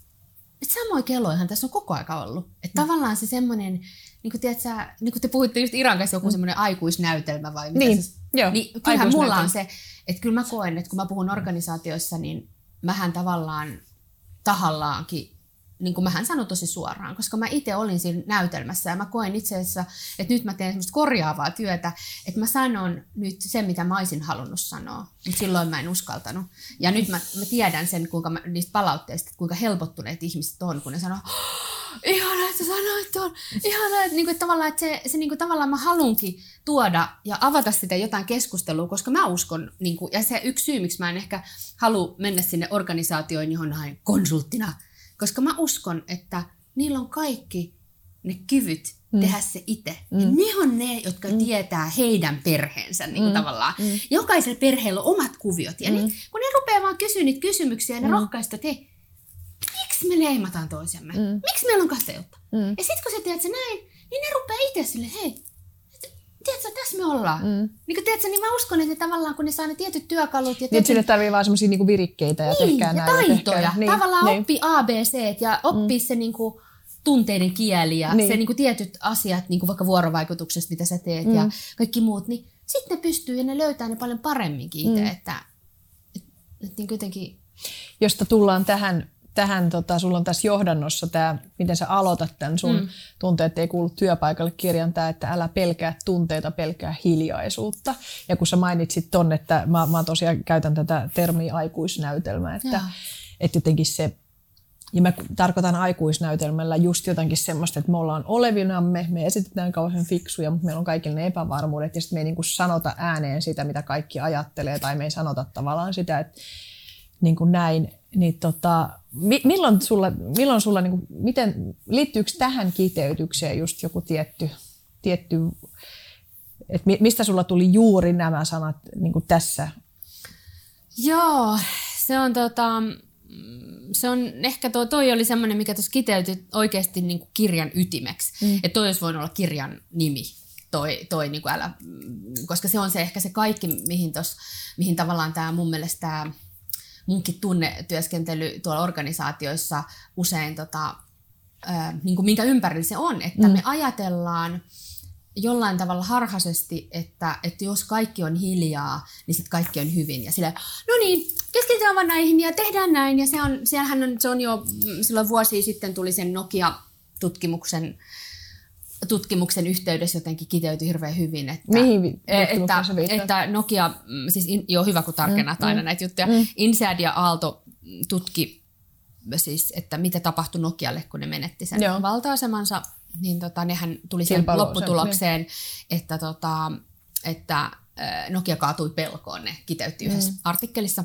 samoin kelloihan tässä on koko aika ollut. Että mm. tavallaan se semmoinen, niin kuin, tiedätkö, niin kuin te puhuitte just Iran kanssa, joku mm. semmoinen aikuisnäytelmä vai mitä niin. se, Joo, niin kyllähän mulla on se, että kyllä mä koen, että kun mä puhun organisaatioissa, niin mähän tavallaan tahallaankin, niin kuin mähän sanon tosi suoraan, koska mä itse olin siinä näytelmässä ja mä koen itse asiassa, että nyt mä teen semmoista korjaavaa työtä, että mä sanon nyt sen, mitä mä olisin halunnut sanoa, mutta silloin mä en uskaltanut. Ja nyt mä, mä tiedän sen, kuinka mä, niistä palautteista, että kuinka helpottuneet ihmiset on, kun ne sanoo, oh, ihana, että sä sanoit tuon, ihana, että, niin kuin, että tavallaan, että se, se niin kuin, tavallaan mä halunkin tuoda ja avata sitä jotain keskustelua, koska mä uskon, niin kuin, ja se yksi syy, miksi mä en ehkä halua mennä sinne organisaatioon johonkin konsulttina, koska mä uskon, että niillä on kaikki ne kyvyt mm. tehdä se itse. Mm. Ja ne on ne, jotka mm. tietää heidän perheensä niin kuin mm. tavallaan. Mm. Jokaisella perheellä on omat kuviot. Ja mm. ne, kun ne rupeaa vaan kysyä niitä kysymyksiä ja ne mm. rohkaista, että hei, miksi me leimataan toisemme? Mm. Miksi meillä on kateutta? Mm. Ja sitten kun sä tiedät se näin, niin ne rupeaa itse silleen, hei, tiedätkö, tässä me ollaan. Mm. Niin, tiedätkö, niin mä uskon, että ne tavallaan, kun ne saa ne tietyt työkalut. Ja niin, sinne tarvii vaan semmosia niinku virikkeitä ja niin, tehkää ja näin. taitoja. Ja niin, tavallaan niin. oppii A B C ja oppii mm. se niinku tunteiden kieli ja niin. se niinku tietyt asiat, niinku vaikka vuorovaikutuksesta, mitä sä teet mm. ja kaikki muut. Niin sitten ne pystyy ja ne löytää ne paljon paremminkin itse. Mm. Että, et, et, niin jotenkin... Josta tullaan tähän tähän, tota, sulla on tässä johdannossa tämä, miten sä aloitat tämän sun mm. tunteet ei kuulu työpaikalle kirjan, tämä, että älä pelkää tunteita, pelkää hiljaisuutta. Ja kun sä mainitsit ton, että mä, mä tosiaan käytän tätä termiä aikuisnäytelmä, että, että jotenkin se, ja mä tarkoitan aikuisnäytelmällä just jotenkin semmoista, että me ollaan olevinamme, me esitetään kauhean fiksuja, mutta meillä on kaikille ne epävarmuudet ja sitten me ei niin kuin sanota ääneen sitä, mitä kaikki ajattelee, tai me ei sanota tavallaan sitä, että niin kuin näin. Niin tota, milloin sulla, milloin sulla niin kuin, miten, liittyykö tähän kiteytykseen just joku tietty, tietty että mistä sulla tuli juuri nämä sanat niin kuin tässä? Joo, se on tota... Se on ehkä toi, toi oli semmoinen, mikä tuossa kiteytyi oikeasti niin kuin kirjan ytimeksi. Mm. Että toi olisi voinut olla kirjan nimi, toi, toi niin kuin älä, koska se on se ehkä se kaikki, mihin, tos, mihin tavallaan tämä mun mielestä tämä munkin tunnetyöskentely tuolla organisaatioissa usein, tota, ää, niin kuin minkä ympärillä se on, että mm. me ajatellaan jollain tavalla harhaisesti, että, että jos kaikki on hiljaa, niin sitten kaikki on hyvin. Ja sille, no niin, keskitytään vaan näihin ja tehdään näin. Ja se on, siellähän on, se on jo, silloin vuosia sitten tuli sen Nokia-tutkimuksen tutkimuksen yhteydessä jotenkin kiteytyi hirveän hyvin. Että, Mihin että, että Nokia, siis in, joo hyvä kun tarkennat mm, aina mm, näitä juttuja, mm. INSEAD ja Aalto tutki siis, että mitä tapahtui Nokialle, kun ne menetti sen joo. valta-asemansa. Niin tota, nehän tuli sen lopputulokseen, että, tota, että Nokia kaatui pelkoon, ne kiteytti mm. yhdessä artikkelissa.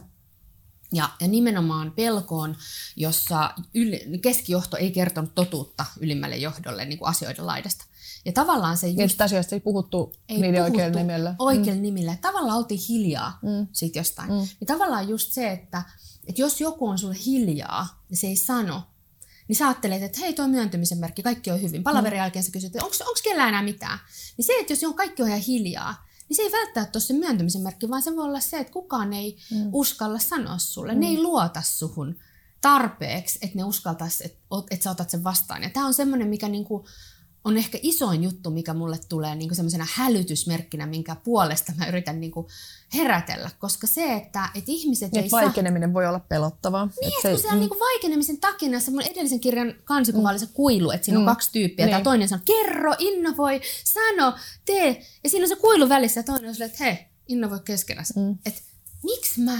Ja, ja nimenomaan pelkoon, jossa yli, keskijohto ei kertonut totuutta ylimmälle johdolle niin kuin asioiden laidasta. Ja tavallaan se... Just, asioista ei puhuttu ei niiden oikealla nimellä. Oikealla mm. nimellä. Tavallaan oltiin hiljaa mm. siitä jostain. Mm. Ja tavallaan just se, että, että jos joku on sulle hiljaa ja se ei sano, niin sä ajattelet, että hei, tuo on myöntymisen merkki, kaikki on hyvin. Palaverin jälkeen sä kysyt, että onko kellään enää mitään? Niin se, että jos on kaikki on ihan hiljaa, niin se ei välttämättä ole se myöntymisen merkki, vaan se voi olla se, että kukaan ei mm. uskalla sanoa sulle. Mm. Ne ei luota suhun tarpeeksi, että ne uskaltaisi, että, että sä otat sen vastaan. Ja tää on semmoinen, mikä niinku on ehkä isoin juttu, mikä mulle tulee niinku semmoisena hälytysmerkkinä, minkä puolesta mä yritän niinku herätellä. Koska se, että, että ihmiset niin, ei vaikeneminen saa... voi olla pelottavaa. Niin, että kun se on mm. niinku vaikenemisen takina, se mun edellisen kirjan kansikuva oli se kuilu, että siinä mm. on kaksi tyyppiä. Niin. Tämä toinen sanoo, kerro, innovoi, sano, tee. Ja siinä on se kuilu välissä ja toinen on silleen, että hei, innovoi keskenäsi. Mm. Että miksi mä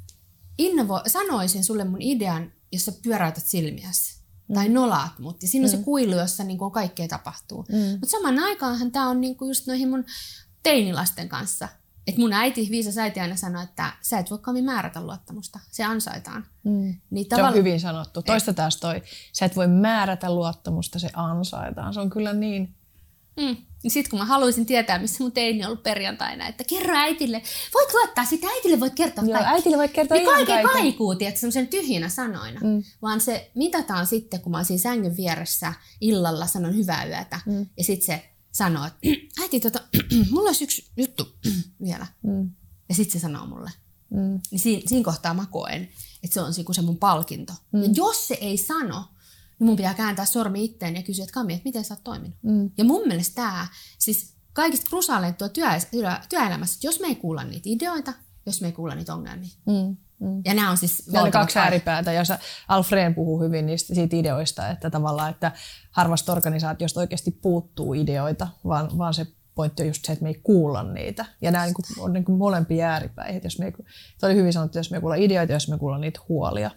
innovo, sanoisin sulle mun idean, jos sä pyöräytät silmiäsi. Mm. Tai nolaat mut. Ja siinä on mm. se kuilu, jossa niinku kaikkea tapahtuu. Mm. Mutta saman aikaanhan tää on niinku just noihin mun teinilasten kanssa. Että mun äiti, viisas äiti aina sanoi, että sä et voi kauemmin määrätä luottamusta. Se ansaitaan. Mm. Niin tavalla... Se on hyvin sanottu. Toista taas toi. Sä et voi määrätä luottamusta, se ansaitaan. Se on kyllä niin. Mm. Sitten kun mä haluaisin tietää, missä mun teini on ollut perjantaina, että kerro äitille. Voit luottaa sitä, äitille voit kertoa Joo, kaikki. Äitille voit kertoa niin ihan kaikki. Niin kaikuu, tiedätkö, semmoisen tyhjinä sanoina. Mm. Vaan se mitataan sitten, kun mä oon siinä sängyn vieressä illalla, sanon hyvää yötä. Mm. Ja sitten se sanoo, että äiti, tota, mulla olisi yksi juttu vielä. Mm. Ja sitten se sanoo mulle. Mm. Niin siinä, siinä kohtaa mä koen, että se on se mun palkinto. Mm. Ja jos se ei sano, niin mun pitää kääntää sormi itteen ja kysyä, että Kami, että miten sä oot toiminut. Mm. Ja mun mielestä tämä, siis kaikista krusaaleinta tuo työ, työ, työelämässä, että jos me ei kuulla niitä ideoita, jos me ei kuulla niitä ongelmia. Mm. Mm. Ja nämä on siis ne oli kaksi ääripäätä, jossa Alfred puhuu hyvin niistä siitä ideoista, että tavallaan, että harvasta organisaatiosta oikeasti puuttuu ideoita, vaan, vaan se pointti on just se, että me ei kuulla niitä. Ja nämä on niin kuin molempia ääripäihin. Jos me ei, se oli hyvin sanottu, jos me ei kuulla ideoita, jos me kuulla niitä huolia.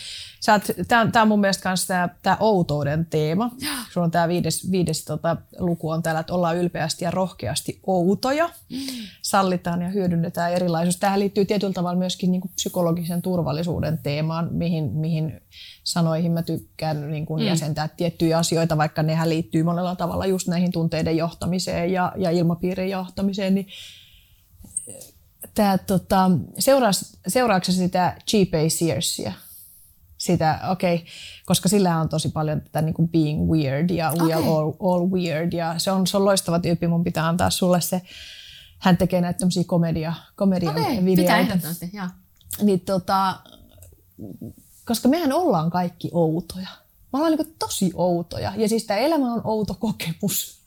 Tämä on mun mielestä myös tämä, tämä outouden teema. Sulla on tämä viides, viides tota, luku on täällä, että ollaan ylpeästi ja rohkeasti outoja. Mm. Sallitaan ja hyödynnetään erilaisuus. Tähän liittyy tietyllä tavalla myöskin niin kuin psykologisen turvallisuuden teemaan, mihin, mihin sanoihin mä tykkään niin kuin mm. jäsentää tiettyjä asioita, vaikka nehän liittyy monella tavalla just näihin tunteiden johtamiseen ja, ja ilmapiirin johtamiseen. Niin tää, tota, seuraaks, seuraatko sitä G P Searsia? Sitä, okei, okay, koska sillä on tosi paljon tätä niin kuin being weird ja we okay. are all, all weird. Ja se on, se on loistava tyyppi, mun pitää antaa sulle se. Hän tekee näitä tämmöisiä komedia, komedia-videoita. Okay, pitää ehdottomasti, joo. Niin, tota, koska mehän ollaan kaikki outoja. Me ollaan niin kuin tosi outoja. Ja siis tämä elämä on outo kokemus.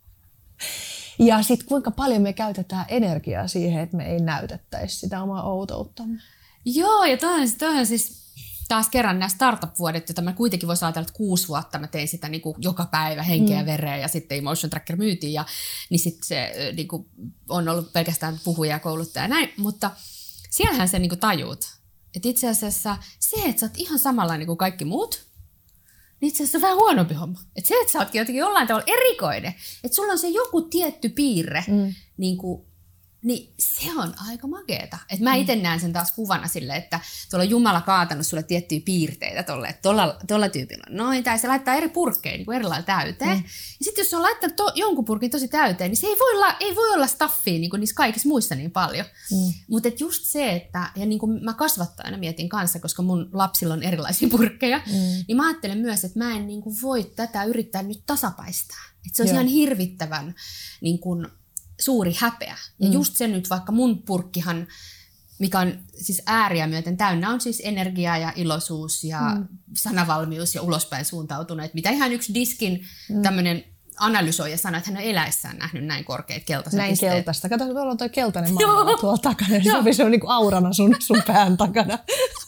Ja sitten kuinka paljon me käytetään energiaa siihen, että me ei näytettäisi sitä omaa outouttamme. Joo, ja toi on, toi on siis... taas kerran nämä startup-vuodet, joita mä kuitenkin voisin ajatella, että kuusi vuotta mä tein sitä niin kuin joka päivä henkeä mm. vereä ja sitten Emotion Tracker myytiin ja niin sitten se niin kuin, on ollut pelkästään puhuja ja kouluttaja ja näin, mutta siellähän se niin kuin tajuut, että itse asiassa se, että sä oot ihan samanlainen kuin kaikki muut, niin itse asiassa se on vähän huonompi homma. Että se, että sä ootkin jotenkin jollain tavalla erikoinen, että sulla on se joku tietty piirre, mm. niin kuin, niin se on aika makeeta. Et mä itse näen sen taas kuvana silleen, että tuolla on Jumala kaatanut sulle tiettyjä piirteitä tolle, että tuolla, tuolla tyypillä on noin, tai se laittaa eri purkkeja niin kuin eri lailla täyteen. Mm. Ja sitten jos se on laittanut to, jonkun purkin tosi täyteen, niin se ei voi olla, ei voi olla staffia niin kuin niissä kaikissa muissa niin paljon. Mm. Mutta just se, että, ja niin kuin mä kasvattajana mietin kanssa, koska mun lapsilla on erilaisia purkkeja, mm. niin mä ajattelen myös, että mä en niin kuin voi tätä yrittää nyt tasapaistaa. Että se on ihan hirvittävän niin kuin, suuri häpeä. Ja mm. just se nyt, vaikka mun purkkihan, mikä on siis ääriä myöten täynnä, on siis energiaa ja iloisuus ja mm. sanavalmius ja ulospäin suuntautuneet, mitä ihan yksi diskin mm. tämmöinen analysoija sanoi, että hän on eläessään nähnyt näin korkeat keltaiset näin pisteet. Keltaista. Kato, tuolla on toi keltainen maa tuolla takana. Se, se on niinku aurana sun, sun pään takana.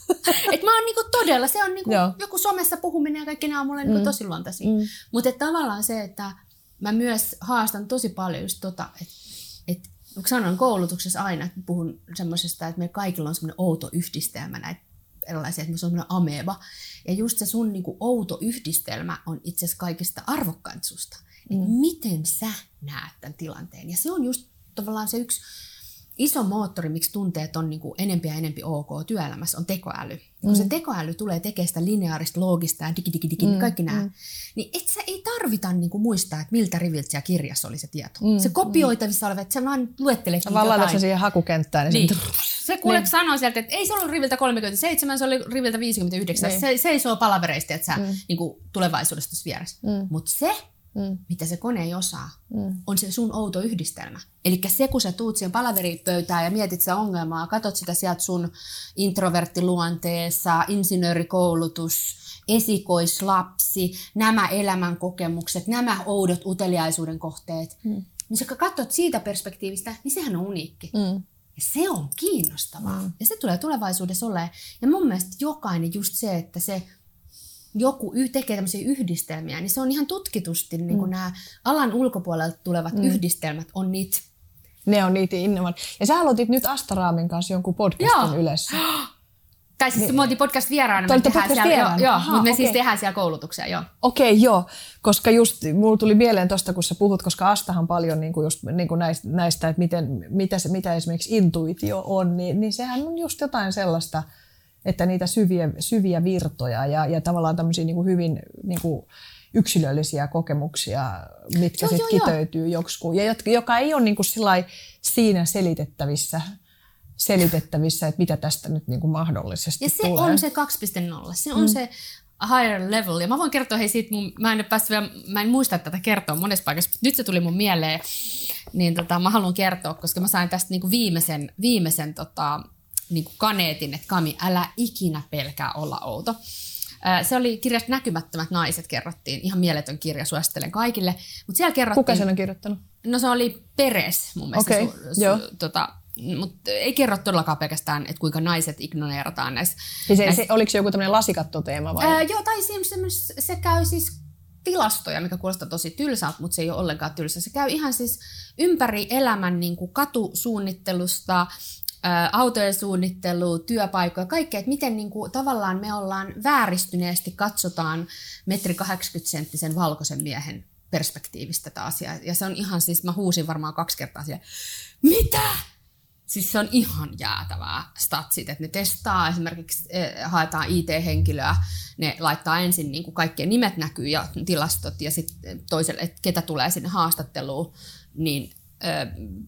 Et mä oon niinku todella, se on niinku joku somessa puhuminen ja kaikki nämä on mulle mm. niinku tosi luontaisia. Mm. Mutta tavallaan se, että mä myös haastan tosi paljon just tota, että et, sanon koulutuksessa aina, että puhun semmoisesta, että meillä kaikilla on semmoinen outo yhdistelmä, näitä erilaisia, että me on semmoinen ameba. Ja just se sun niinku outo yhdistelmä on itse asiassa kaikista arvokkainta susta. Mm. Että miten sä näet tämän tilanteen. Ja se on just tavallaan se yksi iso moottori, miksi tunteet on niin kuin enempi ja enempi ok työelämässä, on tekoäly. Mm. Kun se tekoäly tulee tekemään sitä lineaarista, loogista ja digi, digi, digi, mm. kaikki nämä, mm. niin et sä ei tarvita niin kuin muistaa, että miltä riviltä siellä kirjassa oli se tieto. Mm. Se kopioitavissa oleva, että sä vaan luettelekin jotain. Vaan laitat se siihen hakukenttään. Niin niin. Se kuule niin. sanoo sieltä, että ei se ollut riviltä kolmekymmentäseitsemän, se oli riviltä viisikymmentäyhdeksän. Niin. Se seisoo palavereista, että sä mm. niin kuin tulevaisuudessa tuossa vieressä. Mm. Mutta se, Mm. mitä se kone ei osaa, mm. on se sun outo yhdistelmä. Eli se, kun sä tuut siihen palaveripöytään ja mietit sitä ongelmaa, katot sitä sieltä sun introverttiluonteessa, insinöörikoulutus, esikoislapsi, nämä elämänkokemukset, nämä oudot uteliaisuuden kohteet, mm. niin sä katsot siitä perspektiivistä, niin sehän on uniikki. Mm. Ja se on kiinnostavaa. Mm. Ja se tulee tulevaisuudessa olemaan. Ja mun mielestä jokainen just se, että se joku tekee tämmöisiä yhdistelmiä, niin se on ihan tutkitusti, niin kuin mm. nämä alan ulkopuolelta tulevat mm. yhdistelmät on niitä. Ne on niitä innovaatioita. Ja sä aloitit nyt Astaraamin kanssa jonkun podcastin Ylessä. Tai siis niin. me oltiin podcast vieraana. Me tehdään podcast siellä, vieraana. Joo, Aha, mutta me okay. siis tehdään siellä koulutuksia, joo. Okei, okay, joo. Koska just, mulla tuli mieleen tosta, kun sä puhut, koska Astahan paljon niin kuin just, niin kuin näistä, näistä, että miten, mitä, se, mitä esimerkiksi intuitio on, niin, niin sehän on just jotain sellaista, että niitä syviä, syviä virtoja ja, ja tavallaan tämmöisiä niin kuin hyvin niin kuin yksilöllisiä kokemuksia, mitkä sitten kiteytyy joksikin, ja jotka, joka ei ole niin kuin sillai siinä selitettävissä, selitettävissä, että mitä tästä nyt niin kuin mahdollisesti ja se tulee. On se kaksi piste nolla, se on mm. se higher level, ja mä voin kertoa hei siitä, mun, mä en päässyt vielä, mä en muista tätä kertoa monessa paikassa, mutta nyt se tuli mun mieleen, niin tota, mä haluan kertoa, koska mä sain tästä niin kuin viimeisen, viimeisen tota, niin kuin kaneetin, että Kami, älä ikinä pelkää olla outo. Se oli kirjasta Näkymättömät naiset, kerrottiin. Ihan mieletön kirja, suosittelen kaikille. Mut siellä kerrottiin, kuka sen on kirjoittanut? No se oli Peres mun mielestä. Okay, su, su, tota, mutta ei kerro todellakaan pelkästään, että kuinka naiset ignoreerataan näissä. Siis näissä... Se, oliko se joku tämmöinen lasikattoteema vai? Ää, joo, tai se, se käy siis tilastoja, mikä kuulostaa tosi tylsältä, mutta se ei ole ollenkaan tylsä. Se käy ihan siis ympäri elämän niin kuin katusuunnittelusta, Ä, autojen suunnittelu, työpaikkoja, kaikkea, että miten niin kuin, tavallaan me ollaan vääristyneesti katsotaan metri kahdeksankymmentä senttisen valkoisen miehen perspektiivistä tätä asiaa. Ja se on ihan siis, mä huusin varmaan kaksi kertaa siellä, mitä? Siis se on ihan jäätävää statsit, että ne testaa esimerkiksi, eh, haetaan I T-henkilöä, ne laittaa ensin niin kuin kaikkien nimet näkyy ja tilastot ja sitten toiselle, että ketä tulee sinne haastatteluun, niin eh,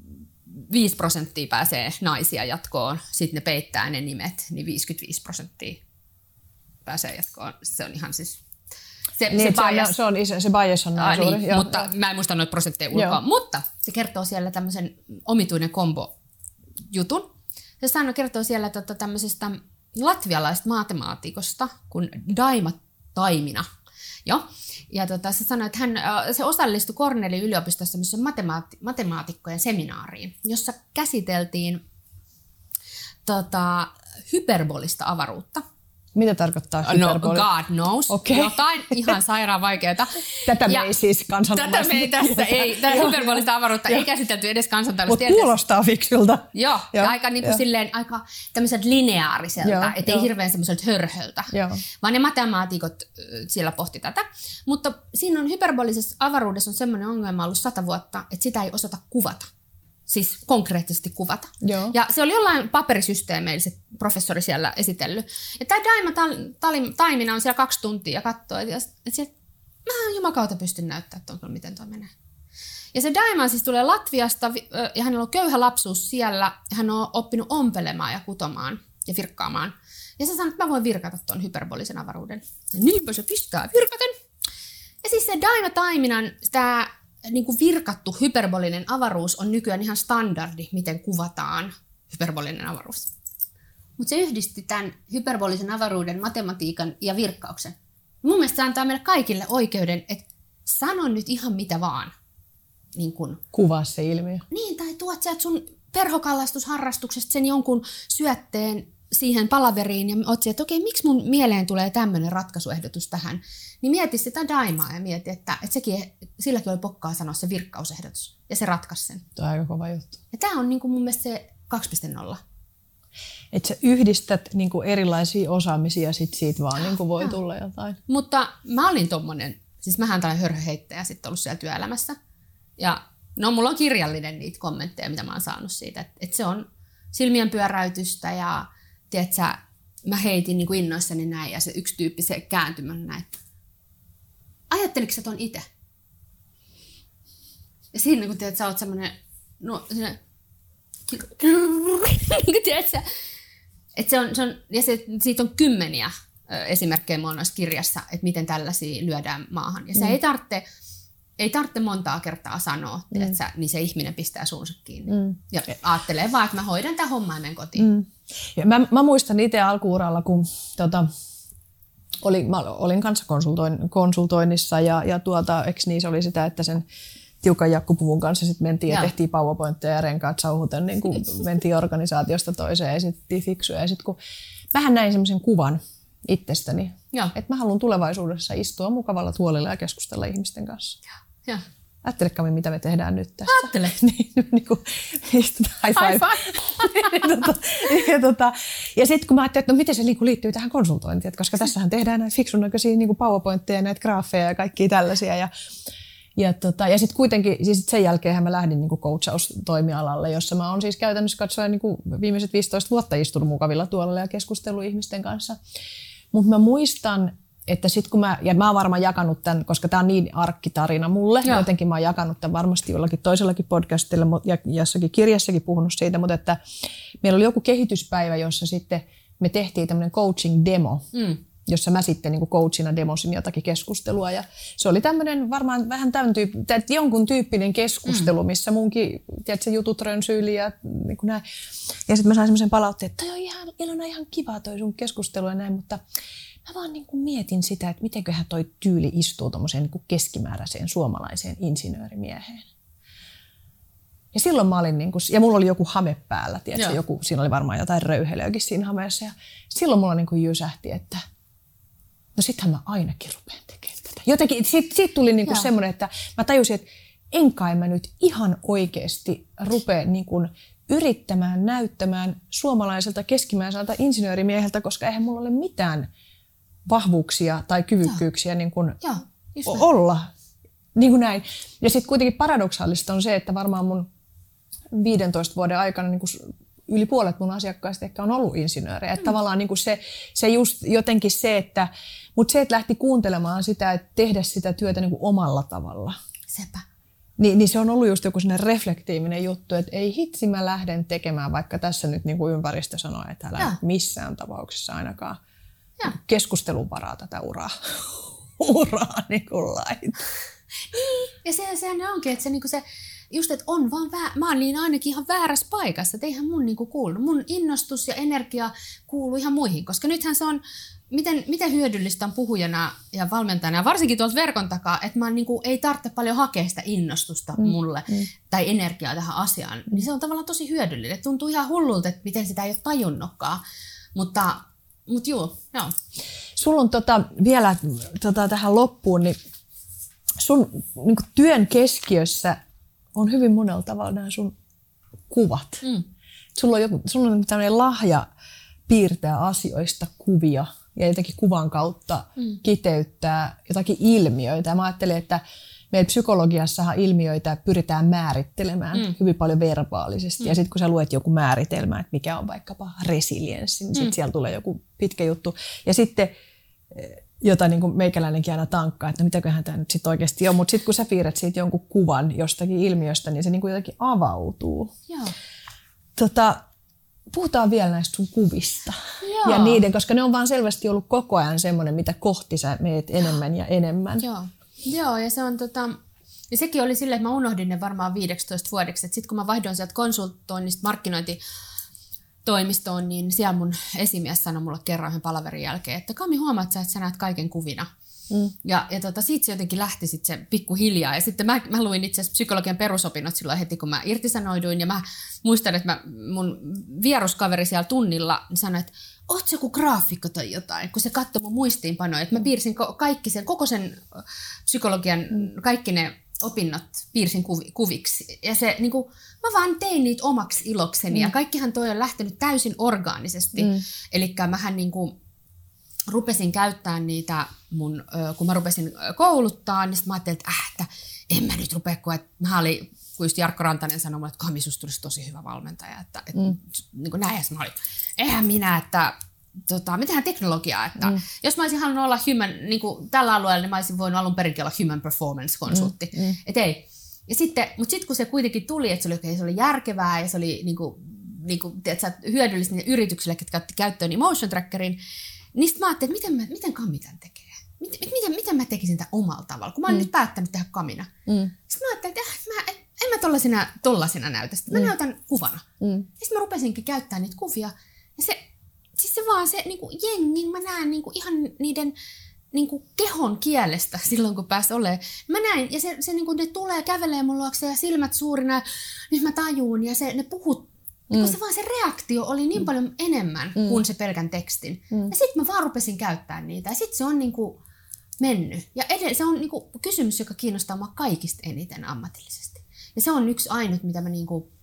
viisi prosenttia pääsee naisia jatkoon, sitten ne peittää ne nimet, niin viisikymmentäviisi prosenttia pääsee jatkoon. Se on ihan siis... Se, niin, se, bias, se, on iso, se bias on näin suuri. Niin, joo, mutta joo. Mä en muista noita prosentteja ulkoa. Mutta se kertoo siellä tämmöisen omituinen kombo-jutun. Se sanoo, kertoo siellä tota, tämmöisestä latvialaisesta matemaatikosta kuin Daima Taimina. Joo. Ja tota, se sanoi, että hän, se osallistui Cornellin yliopistossa matemaati- matemaatikkojen seminaariin, jossa käsiteltiin tota, hyperbolista avaruutta. Mitä tarkoittaa No, hyperboli? God knows. Okay. Jotain ihan sairaan vaikeaa. Tätä me Ja ei siis kansantaloudessa. Tätä me ei tässä, ei, tätä hyperbolista avaruutta ei käsitelty edes kansantaloudessa. Mutta kuulostaa fiksulta. Joo, Joo, aika, niin kuin joo. silleen, aika tämmöiseltä lineaariselta, ettei joo. hirveän semmoiselta hörhöltä. Joo. Vaan ne matemaatikot siellä pohti tätä. Mutta siinä on hyperbolisessa avaruudessa on semmoinen ongelma ollut sata vuotta, että sitä ei osata kuvata. Siis konkreettisesti kuvata. Joo. Ja se oli jollain paperisysteemeillä se professori siellä esitellyt. Ja tämä Daima Taimina on siellä kaksi tuntia ja katsoo, että et mä jumakauta pystyn näyttämään, että on, miten tuo menee. Ja se Daima siis tulee Latviasta ja hänellä on köyhä lapsuus siellä. Ja hän on oppinut ompelemaan ja kutomaan ja virkkaamaan. Ja se sanoo, että mä voin virkata tuon hyperbolisen avaruuden. Ja niinpä se pistää virkaten. Ja siis se Daima Taiminan, tämä niin kuin virkattu hyperbolinen avaruus on nykyään ihan standardi, miten kuvataan hyperbolinen avaruus. Mutta se yhdisti tämän hyperbolisen avaruuden matematiikan ja virkkauksen. Mun mielestä se antaa meille kaikille oikeuden, että sano nyt ihan mitä vaan. Niin kun, Kuvaa se ilmiö. niin, tai tuot sieltä sun perhokallastusharrastuksesta sen jonkun syötteen siihen palaveriin ja oot että okei, miksi mun mieleen tulee tämmöinen ratkaisuehdotus tähän. Niin mieti sitä Daimaa ja mieti, että, että sekin, silläkin oli pokkaa sanoa se virkkausehdotus ja se ratkaisi sen. Tuo on aika kova juttu. Ja tämä on niin kuin mun mielestä se kaksi piste nolla. Että sä yhdistät niinku erilaisia osaamisia ja sit siitä vaan niinku voi tulla jotain. Mutta mä olin tommonen, siis mähän tällainen hörhöheittäjä sitten ollut siellä työelämässä. Ja no mulla on kirjallinen niitä kommentteja, mitä mä oon saanut siitä, että, että se on silmien pyöräytystä ja tiedätkö, mä heitin niin kuin innoissani näin ja se yksi tyyppi se kääntymän näin. Ajatteliko sä ton itse? Ja siinä kun tiedät, sä oot semmonen, no semmonen, tiedätkö, että se on, se on, ja se, siitä on kymmeniä esimerkkejä mulla noissa kirjassa, että miten tällaisia lyödään maahan. Ja se mm. ei tarvitse Ei tarvitse montaa kertaa sanoa, mm. että sä, niin se ihminen pistää suunsa kiinni. Mm. Ja ajattelee vaan, että mä hoidan tämän homman ja menen kotiin. Mm. Ja mä, mä muistan itse alkuuralla, kun tota, oli, mä olin kanssa konsultoin, konsultoinnissa ja, ja tuota, eikö niin se oli sitä, että sen tiukan jakkupuvun kanssa sit mentiin ja, ja tehtiin PowerPointteja ja renkaat sauhuten, niin kun mentiin organisaatiosta toiseen ja esittiin fiksuja. Ja sitten kun mähän näin semmoisen kuvan itsestäni, ja. että mä haluan tulevaisuudessa istua mukavalla tuolilla ja keskustella ihmisten kanssa. Ja. Ajattelekaan, mitä me tehdään nyt tässä. Ajattele. niin, niin kuin, high five. High five. tota, ja tota, ja sitten kun mä ajattelin, että no miten se liittyy tähän konsultointiin, että koska tässähän tehdään näitä fiksun näköisiä niin PowerPointteja, näitä graafeja ja kaikkia tällaisia. Ja, ja, tota, ja sitten kuitenkin, siis sen jälkeen mä lähdin niin coachaustoimialalle, jossa mä oon siis käytännössä katsoen niin viimeiset viisitoista vuotta istunut mukavilla tuolilla ja keskustellut ihmisten kanssa. Mutta mä muistan, että sit kun mä, ja mä oon varmaan jakanut tämän, koska tää on niin arkkitarina mulle, Joo. jotenkin mä oon jakanut tämän varmasti jollakin toisellakin podcastilla ja jossakin kirjassakin puhunut siitä, mutta että meillä oli joku kehityspäivä, jossa sitten me tehtiin tämmöinen coaching demo, mm. jossa mä sitten niin kuin coachina demosin jotakin keskustelua ja se oli tämmöinen varmaan vähän tämän tyyppi, jonkun tyyppinen keskustelu, mm. missä munkin, tiedätkö, jutut rönsyili ja niin kuin näin. Ja sitten mä sain semmoisen palautteen, että toi on ihan, Ilona, ihan kiva toi sun keskustelu ja näin, mutta mä vaan niin kuin mietin sitä, että mitenköhän toi tyyli istuu tommoseen niin kuin keskimääräiseen suomalaiseen insinöörimieheen. Ja silloin mä olin, niin kuin, ja mulla oli joku hame päällä, tiedätkö, joku, siinä oli varmaan jotain röyhelöäkin siinä hameessa. Ja silloin mulla niin kuin jysähti, että no sittenhän mä ainakin rupean tekemään tätä. Jotenkin siitä, siitä tuli niin kuin semmoinen, että mä tajusin, että en kai mä nyt ihan oikeasti rupea niin kuin yrittämään näyttämään suomalaiselta keskimääräiseltä insinöörimieheltä, koska eihän mulla ole mitään vahvuuksia tai kyvykkyyksiä niin kuin Joo, olla. Niin kuin näin. Ja sitten kuitenkin paradoksaalista on se, että varmaan mun viidentoista vuoden aikana niin kuin yli puolet mun asiakkaista ehkä on ollut insinöörejä. Että mm. tavallaan niin kuin se, se just jotenkin se, että, mutta se, että lähti kuuntelemaan sitä, että tehdä sitä työtä niin kuin omalla tavalla. Sepä. Niin, niin se on ollut just joku sellainen reflektiivinen juttu, että ei hitsi mä lähden tekemään, vaikka tässä nyt niin kuin ympäristö sanoo, että älä ja. missään tapauksessa ainakaan ja. keskustelun varaa tätä uraa, uraa niin kuin laita. Niin, ja se, sehän onkin, että se, niin kuin se just, että on vaan väär, mä olin ainakin ihan väärässä paikassa, että eihän mun niin kuin kuulu. Mun innostus ja energia kuuluu ihan muihin, koska nythän se on, miten, miten hyödyllistä on puhujana ja valmentajana, ja varsinkin tuolta verkon takaa, että mä niin kuin, ei tarvitse paljon hakea sitä innostusta mm, mulle mm. tai energiaa tähän asiaan, mm. niin se on tavallaan tosi hyödyllinen. Tuntuu ihan hullulta, että miten sitä ei ole tajunnutkaan, mutta mut juu, joo. Sulla on tota, vielä tota, tähän loppuun, niin sun niin kuin työn keskiössä on hyvin monella tavalla nämä sun kuvat. Mm. Sulla on, joku, sulla on tämmöinen lahja piirtää asioista kuvia ja jotenkin kuvan kautta mm. kiteyttää jotakin ilmiöitä. Mä ajattelin, että meidän psykologiassahan ilmiöitä pyritään määrittelemään mm. hyvin paljon verbaalisesti. Mm. Ja sitten kun sä luet joku määritelmä, että mikä on vaikkapa resilienssi, niin sitten mm. siellä tulee joku pitkä juttu. Ja sitten, jota niin kuin meikäläinenkin aina tankkaa, että no mitäköhän tämä nyt sitten oikeasti on. Mutta sitten kun sä piirrät siitä jonkun kuvan jostakin ilmiöstä, niin se niin kuin jotenkin avautuu. Joo. Tota, puhutaan vielä näistä sun kuvista. Joo. Ja niiden, koska ne on vaan selvästi ollut koko ajan semmoinen, mitä kohti sä meet enemmän ja enemmän. Joo. Joo, ja se on tota, ja sekin oli silleen, että mä unohdin ne varmaan viideksitoista vuodeksi, että sitten kun mä vaihdoin sieltä konsultoinnista markkinointitoimistoon, niin siellä mun esimies sanoi mulle kerran yhden palaverin jälkeen, että Kami, huomaat sä, että sä näet kaiken kuvina. Mm. Ja, ja tota, siitä se jotenkin lähti sit se pikkuhiljaa. Ja sitten mä, mä luin itse asiassa psykologian perusopinnot silloin heti, kun mä irtisanoiduin. Ja mä muistan, että mä, mun vieruskaveri siellä tunnilla sanoi, että oot sä joku graafikko tai jotain, kun se katsoi mun muistiinpanoja. Että mä piirsin kaikki sen, koko sen psykologian, kaikki ne opinnot piirsin kuvi, kuviksi. Ja se, niin kuin, mä vaan tein niitä omaksi ilokseni. Mm. Ja kaikkihan toi on lähtenyt täysin orgaanisesti. Mm. Elikkä mähän niin kuin rupesin käyttämään niitä, mun, kun mä rupesin kouluttaa, niin mä ajattelin, että, äh, että en mä nyt rupea, kun, että mä olin, kun just Jarkko Rantanen sanoi mulle, että Kami, susta tulisi tosi hyvä valmentaja, että, että mm. niin kuin näin, ja mä olin, eihän minä, että tota, me tehdään teknologiaa, että mm. jos mä olisin halunnut olla human, niin kuin tällä alueella, niin mä olisin voinut alun perinkin olla human performance-konsultti, mm. Mm. et ei. Ja sitten, mutta sitten kun se kuitenkin tuli, että se oli, okay, se oli järkevää, ja se oli niin kuin, niin kuin, tiedätkö, hyödyllistä niille yrityksille, jotka otti käyttöön Emotion Trackerin, niin sitten mä ajattelin, että miten, mä, miten Kami tämän tekee? Miten, miten, miten mä tekisin tämän omalla tavalla, kun mä oon mm. nyt päättänyt tehdä Kamina. Mm. Sitten mä ajattelin, että äh, mä, en mä tollasina, tollasina näytä sitä. Mä mm. näytän kuvana. Mm. Sitten mä rupesinkin käyttämään niitä kuvia. Ja se, siis se vaan se niinku jengin, mä näen niinku ihan niiden niinku kehon kielestä silloin, kun pääs olemaan. Mä näin, ja se, se niinku, ne tulee, kävelee mun luokse ja silmät suurina. Ja nyt mä tajuun, ja se, ne puhut. Mm. Se vaan se reaktio oli niin paljon enemmän mm. kuin se pelkän tekstin. Mm. Ja sitten mä vaan rupesin käyttämään niitä. Ja sitten se on niinku mennyt. Ja edell- se on niinku kysymys, joka kiinnostaa mua kaikista eniten ammatillisesti. Ja se on yksi ainut, mitä mä niinku,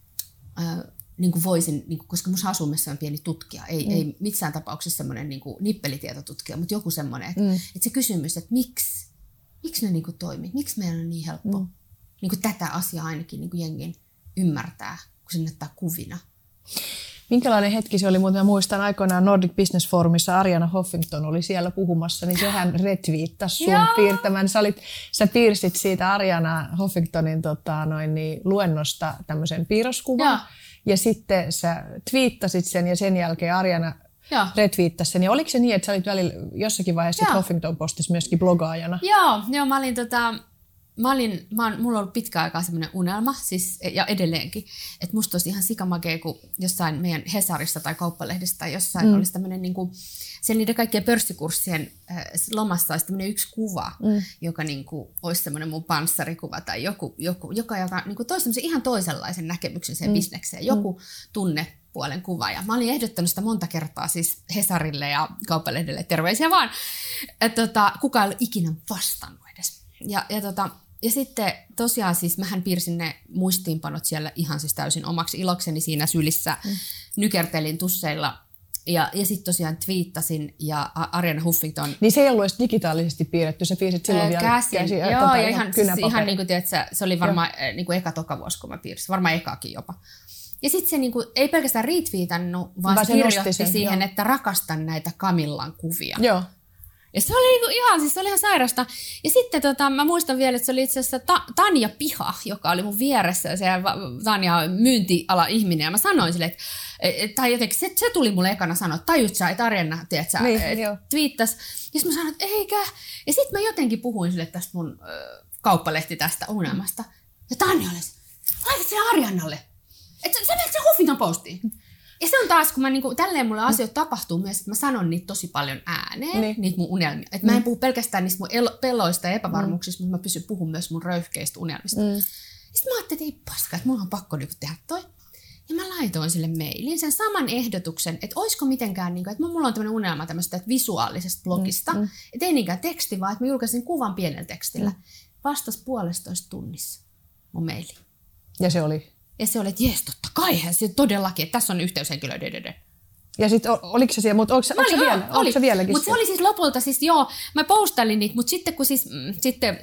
äh, niinku voisin, niinku, koska mun asumessa on pieni tutkija. Ei, mm. ei missään tapauksessa semmoinen niinku nippelitietotutkija, mutta joku semmoinen. Että mm. et se kysymys, että miksi, miksi ne niinku toimii? Miksi meidän on niin helppo mm. niinku tätä asiaa ainakin niinku jengin ymmärtää, kun se näyttää kuvina. Minkälainen hetki se oli? Mutta mä muistan aikoinaan Nordic Business Forumissa Ariana Huffington oli siellä puhumassa, niin sehän retweettasi sun piirtämän. Sä, olit, sä piirsit siitä Ariana Huffingtonin tota, noin, niin, luennosta tämmöisen piirroskuvan. Ja. ja sitten sä twiittasit sen ja sen jälkeen Ariana ja. retweettasi sen. Ja oliko se niin, että sä olit välillä jossakin vaiheessa Huffington Postissa myöskin blogaajana? Joo, joo mä olin tota... Mä olin, mä oon, mulla on ollut pitkä aikaa semmoinen unelma, siis, ja edelleenkin, että musta olisi ihan sikamakea, kun jossain meidän Hesarissa tai Kauppalehdessä tai jossain mm. olisi tämmöinen, niin kuin, sen niiden kaikkien pörssikurssien äh, lomassa olisi tämmöinen yksi kuva, mm. joka niin kuin, olisi semmoinen mun panssarikuva tai joku, joku joka, joka niin kuin, toisi semmoisen ihan toisenlaisen näkemyksen siihen mm. bisnekseen, joku mm. tunnepuolen kuva. Ja mä olin ehdottanut sitä monta kertaa siis Hesarille ja Kauppalehdelle, terveisiä vaan, että tota, kukaan ei ole ikinä vastannut edes. Ja, ja tota... Ja sitten tosiaan siis mähän piirsin ne muistiinpanot siellä ihan siis täysin omaksi ilokseni siinä sylissä, mm. nykertelin tusseilla ja, ja sitten tosiaan twiittasin ja Ariana Huffington... Niin se ei ollut edes digitaalisesti piirretty, sä piirsit silloin vielä käsin. käsin joo, tota, ja ihan, siis ihan niin kuin tiedät, se oli varmaan niin kuin eka toka vuosi, kun mä piirsin, varmaan ekaakin jopa. Ja sitten se niin kuin, ei pelkästään retweetannut, vaan, vaan se kirjoitti sen, siihen, joo. että rakastan näitä Camillan kuvia. Joo. Ja se oli niinku ihan, siis se oli ihan sairasta. Ja sitten tota, mä muistan vielä, että se oli itse asiassa Ta- Tanja Piha, joka oli mun vieressä. Ja se Tanja on myyntiala-ihminen. Ja mä sanoin sille, että, et, tai jotenkin se, se tuli mulle ekana sanoa, että tajut sä, että Ariana, tiedät sä, niin, twiittas. Ja sitten mä sanoin, että eikä. Ja sitten mä jotenkin puhuin sille tästä mun ö, kauppalehti tästä unelmasta. Ja Tanja oli, laitat sen Arianalle. Että sä menet sen Huffington Postiin. Ja se on taas, kun mä niinku, tälleen mulle asioita tapahtuu myös, että mä sanon niitä tosi paljon ääneen, niin. niitä mun unelmia. Että mm. mä en puhu pelkästään niistä mun elo- peloista ja epävarmuuksista, mm. mutta mä pysyn puhun myös mun röyhkeistä unelmista. Mm. Ja sitten mä ajattelin, että ei paska, että mulla on pakko niinku tehdä toi. Ja mä laitoin sille mailin sen saman ehdotuksen, että olisiko mitenkään, niin kuin, että mulla on tämmöinen unelma tämmöistä että visuaalisesta blogista, mm, mm. että ei niinkään teksti, vaan että mä julkaisin kuvan pienellä tekstillä. Mm. Vastas puolestoista tunnissa mun maili. Ja se oli? Ja se oli, että jees, totta kai, se todellakin, että tässä on yhteyshenkilö. Dödödö. Ja sitten oliko se siellä, mutta onko, onko, se, vielä, onko se vieläkin? Mutta se oli siis lopulta, siis joo, mä postailin niitä, mutta sitten kun siis, mm, sitten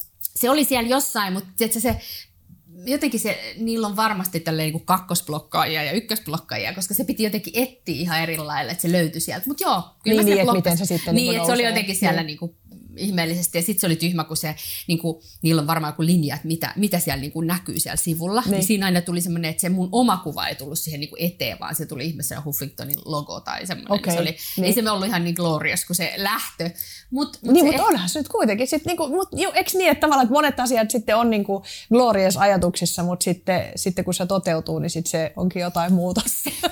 se oli siellä jossain, mutta se, se jotenkin se, niillä on varmasti tälleen niin kakkosblokkaajia ja ykkösblokkaajia, koska se piti jotenkin etsiä ihan eri lailla, että se löytyi sieltä. Mutta joo, kyllä niin, mä niin, miten se sitten niin, niin että se oli jotenkin siellä niin kuin ihmeellisesti. Ja sitten se oli tyhmä, kun se, niin kuin, niillä on varmaan joku linja, että mitä, mitä siellä niin kuin näkyy siellä sivulla. Niin. Niin siinä aina tuli semmoinen, että se mun oma kuva ei tullut siihen niin kuin eteen, vaan se tuli ihmeessä Huffingtonin logo tai semmoinen. Okay. Se oli, niin. Ei se ollut ihan niin glorious kuin se lähtö. Mut, mut niin, se mutta onhan se nyt kuitenkin. Sit, niinku, mut, jo, eikö niin, että tavallaan että monet asiat sitten on niinku glorious ajatuksissa, mutta sitten, sitten kun se toteutuu, niin sit se onkin jotain muuta.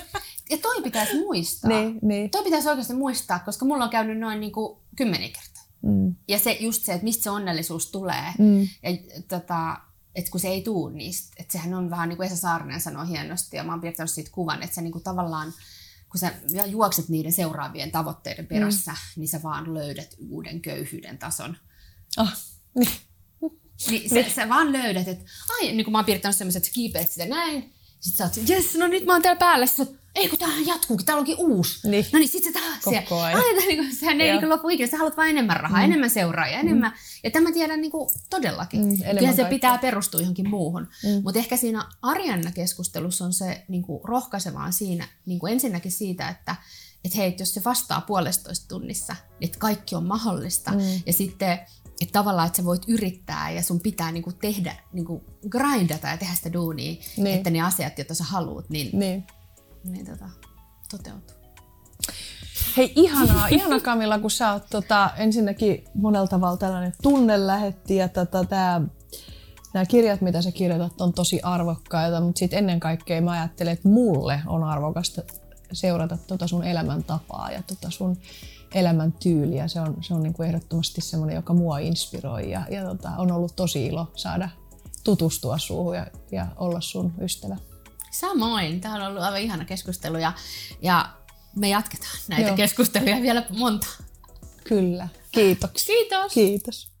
Ja toi pitäisi muistaa. Niin, niin. Toi pitäisi oikeasti muistaa, koska mulla on käynyt noin niin kuin kymmenen kertaa. Mm. Ja se, just se, että mistä se onnellisuus tulee. Mm. Ja tota, että kun se ei tuu niistä. Että sehän on vähän niin kuin Esa Saarinen sanoi hienosti, ja mä oon piirtänyt siitä kuvan, että se niin kuin tavallaan, kun sä juokset niiden seuraavien tavoitteiden perässä, mm. niin sä vaan löydät uuden köyhyyden tason. Oh, niin. Niin sä, sä vaan löydät, että ai, niin kuin mä oon piirtänyt semmoisen, että sä kiipeät sitä näin. Sitten sä oot, jes, no nyt mä oon täällä päällä. Sitten sä, ei kun tämähän jatkuukin, täällä onkin uusi. Niin. No niin, sit se taas koko ajan. Niin sehän ei niin lopu ikinä. Sä haluat vaan enemmän rahaa, mm. enemmän seuraajia, enemmän. Mm. Ja tämä tiedän niin kuin, todellakin. Mm, Kyllä se kaikkea. Pitää perustua johonkin muuhun. Mm. Mutta ehkä siinä Arianna-keskustelussa on se niin kuin, rohkaisevaa siinä, niin kuin ensinnäkin siitä, että et hei, jos se vastaa puolestoista tunnissa, että kaikki on mahdollista. Mm. Ja sitten että tavallaan, että sä voit yrittää ja sun pitää niinku tehdä, niinku grindata ja tehdä sitä duunia, niin. Että ne asiat, joita sä haluut, niin, niin. niin tota, toteutuu. Hei, ihanaa, ihanaa Camilla, kun sä oot tota, ensinnäkin monella tavalla tällainen tunnelähetti ja tota, tää, nämä kirjat, mitä sä kirjoitat, on tosi arvokkaita, mutta sitten ennen kaikkea mä ajattelen, että mulle on arvokasta seurata tota sun elämäntapaa ja tota sun elämäntyyliä. Se on, se on niin kuin ehdottomasti semmoinen, joka mua inspiroi ja, ja tota, on ollut tosi ilo saada tutustua suuhun ja, ja olla sun ystävä. Samoin. Tämä on ollut aivan ihana keskustelu ja, ja me jatketaan näitä Joo. keskusteluja vielä monta. Kyllä. Kiitoksia. Kiitos. Kiitos.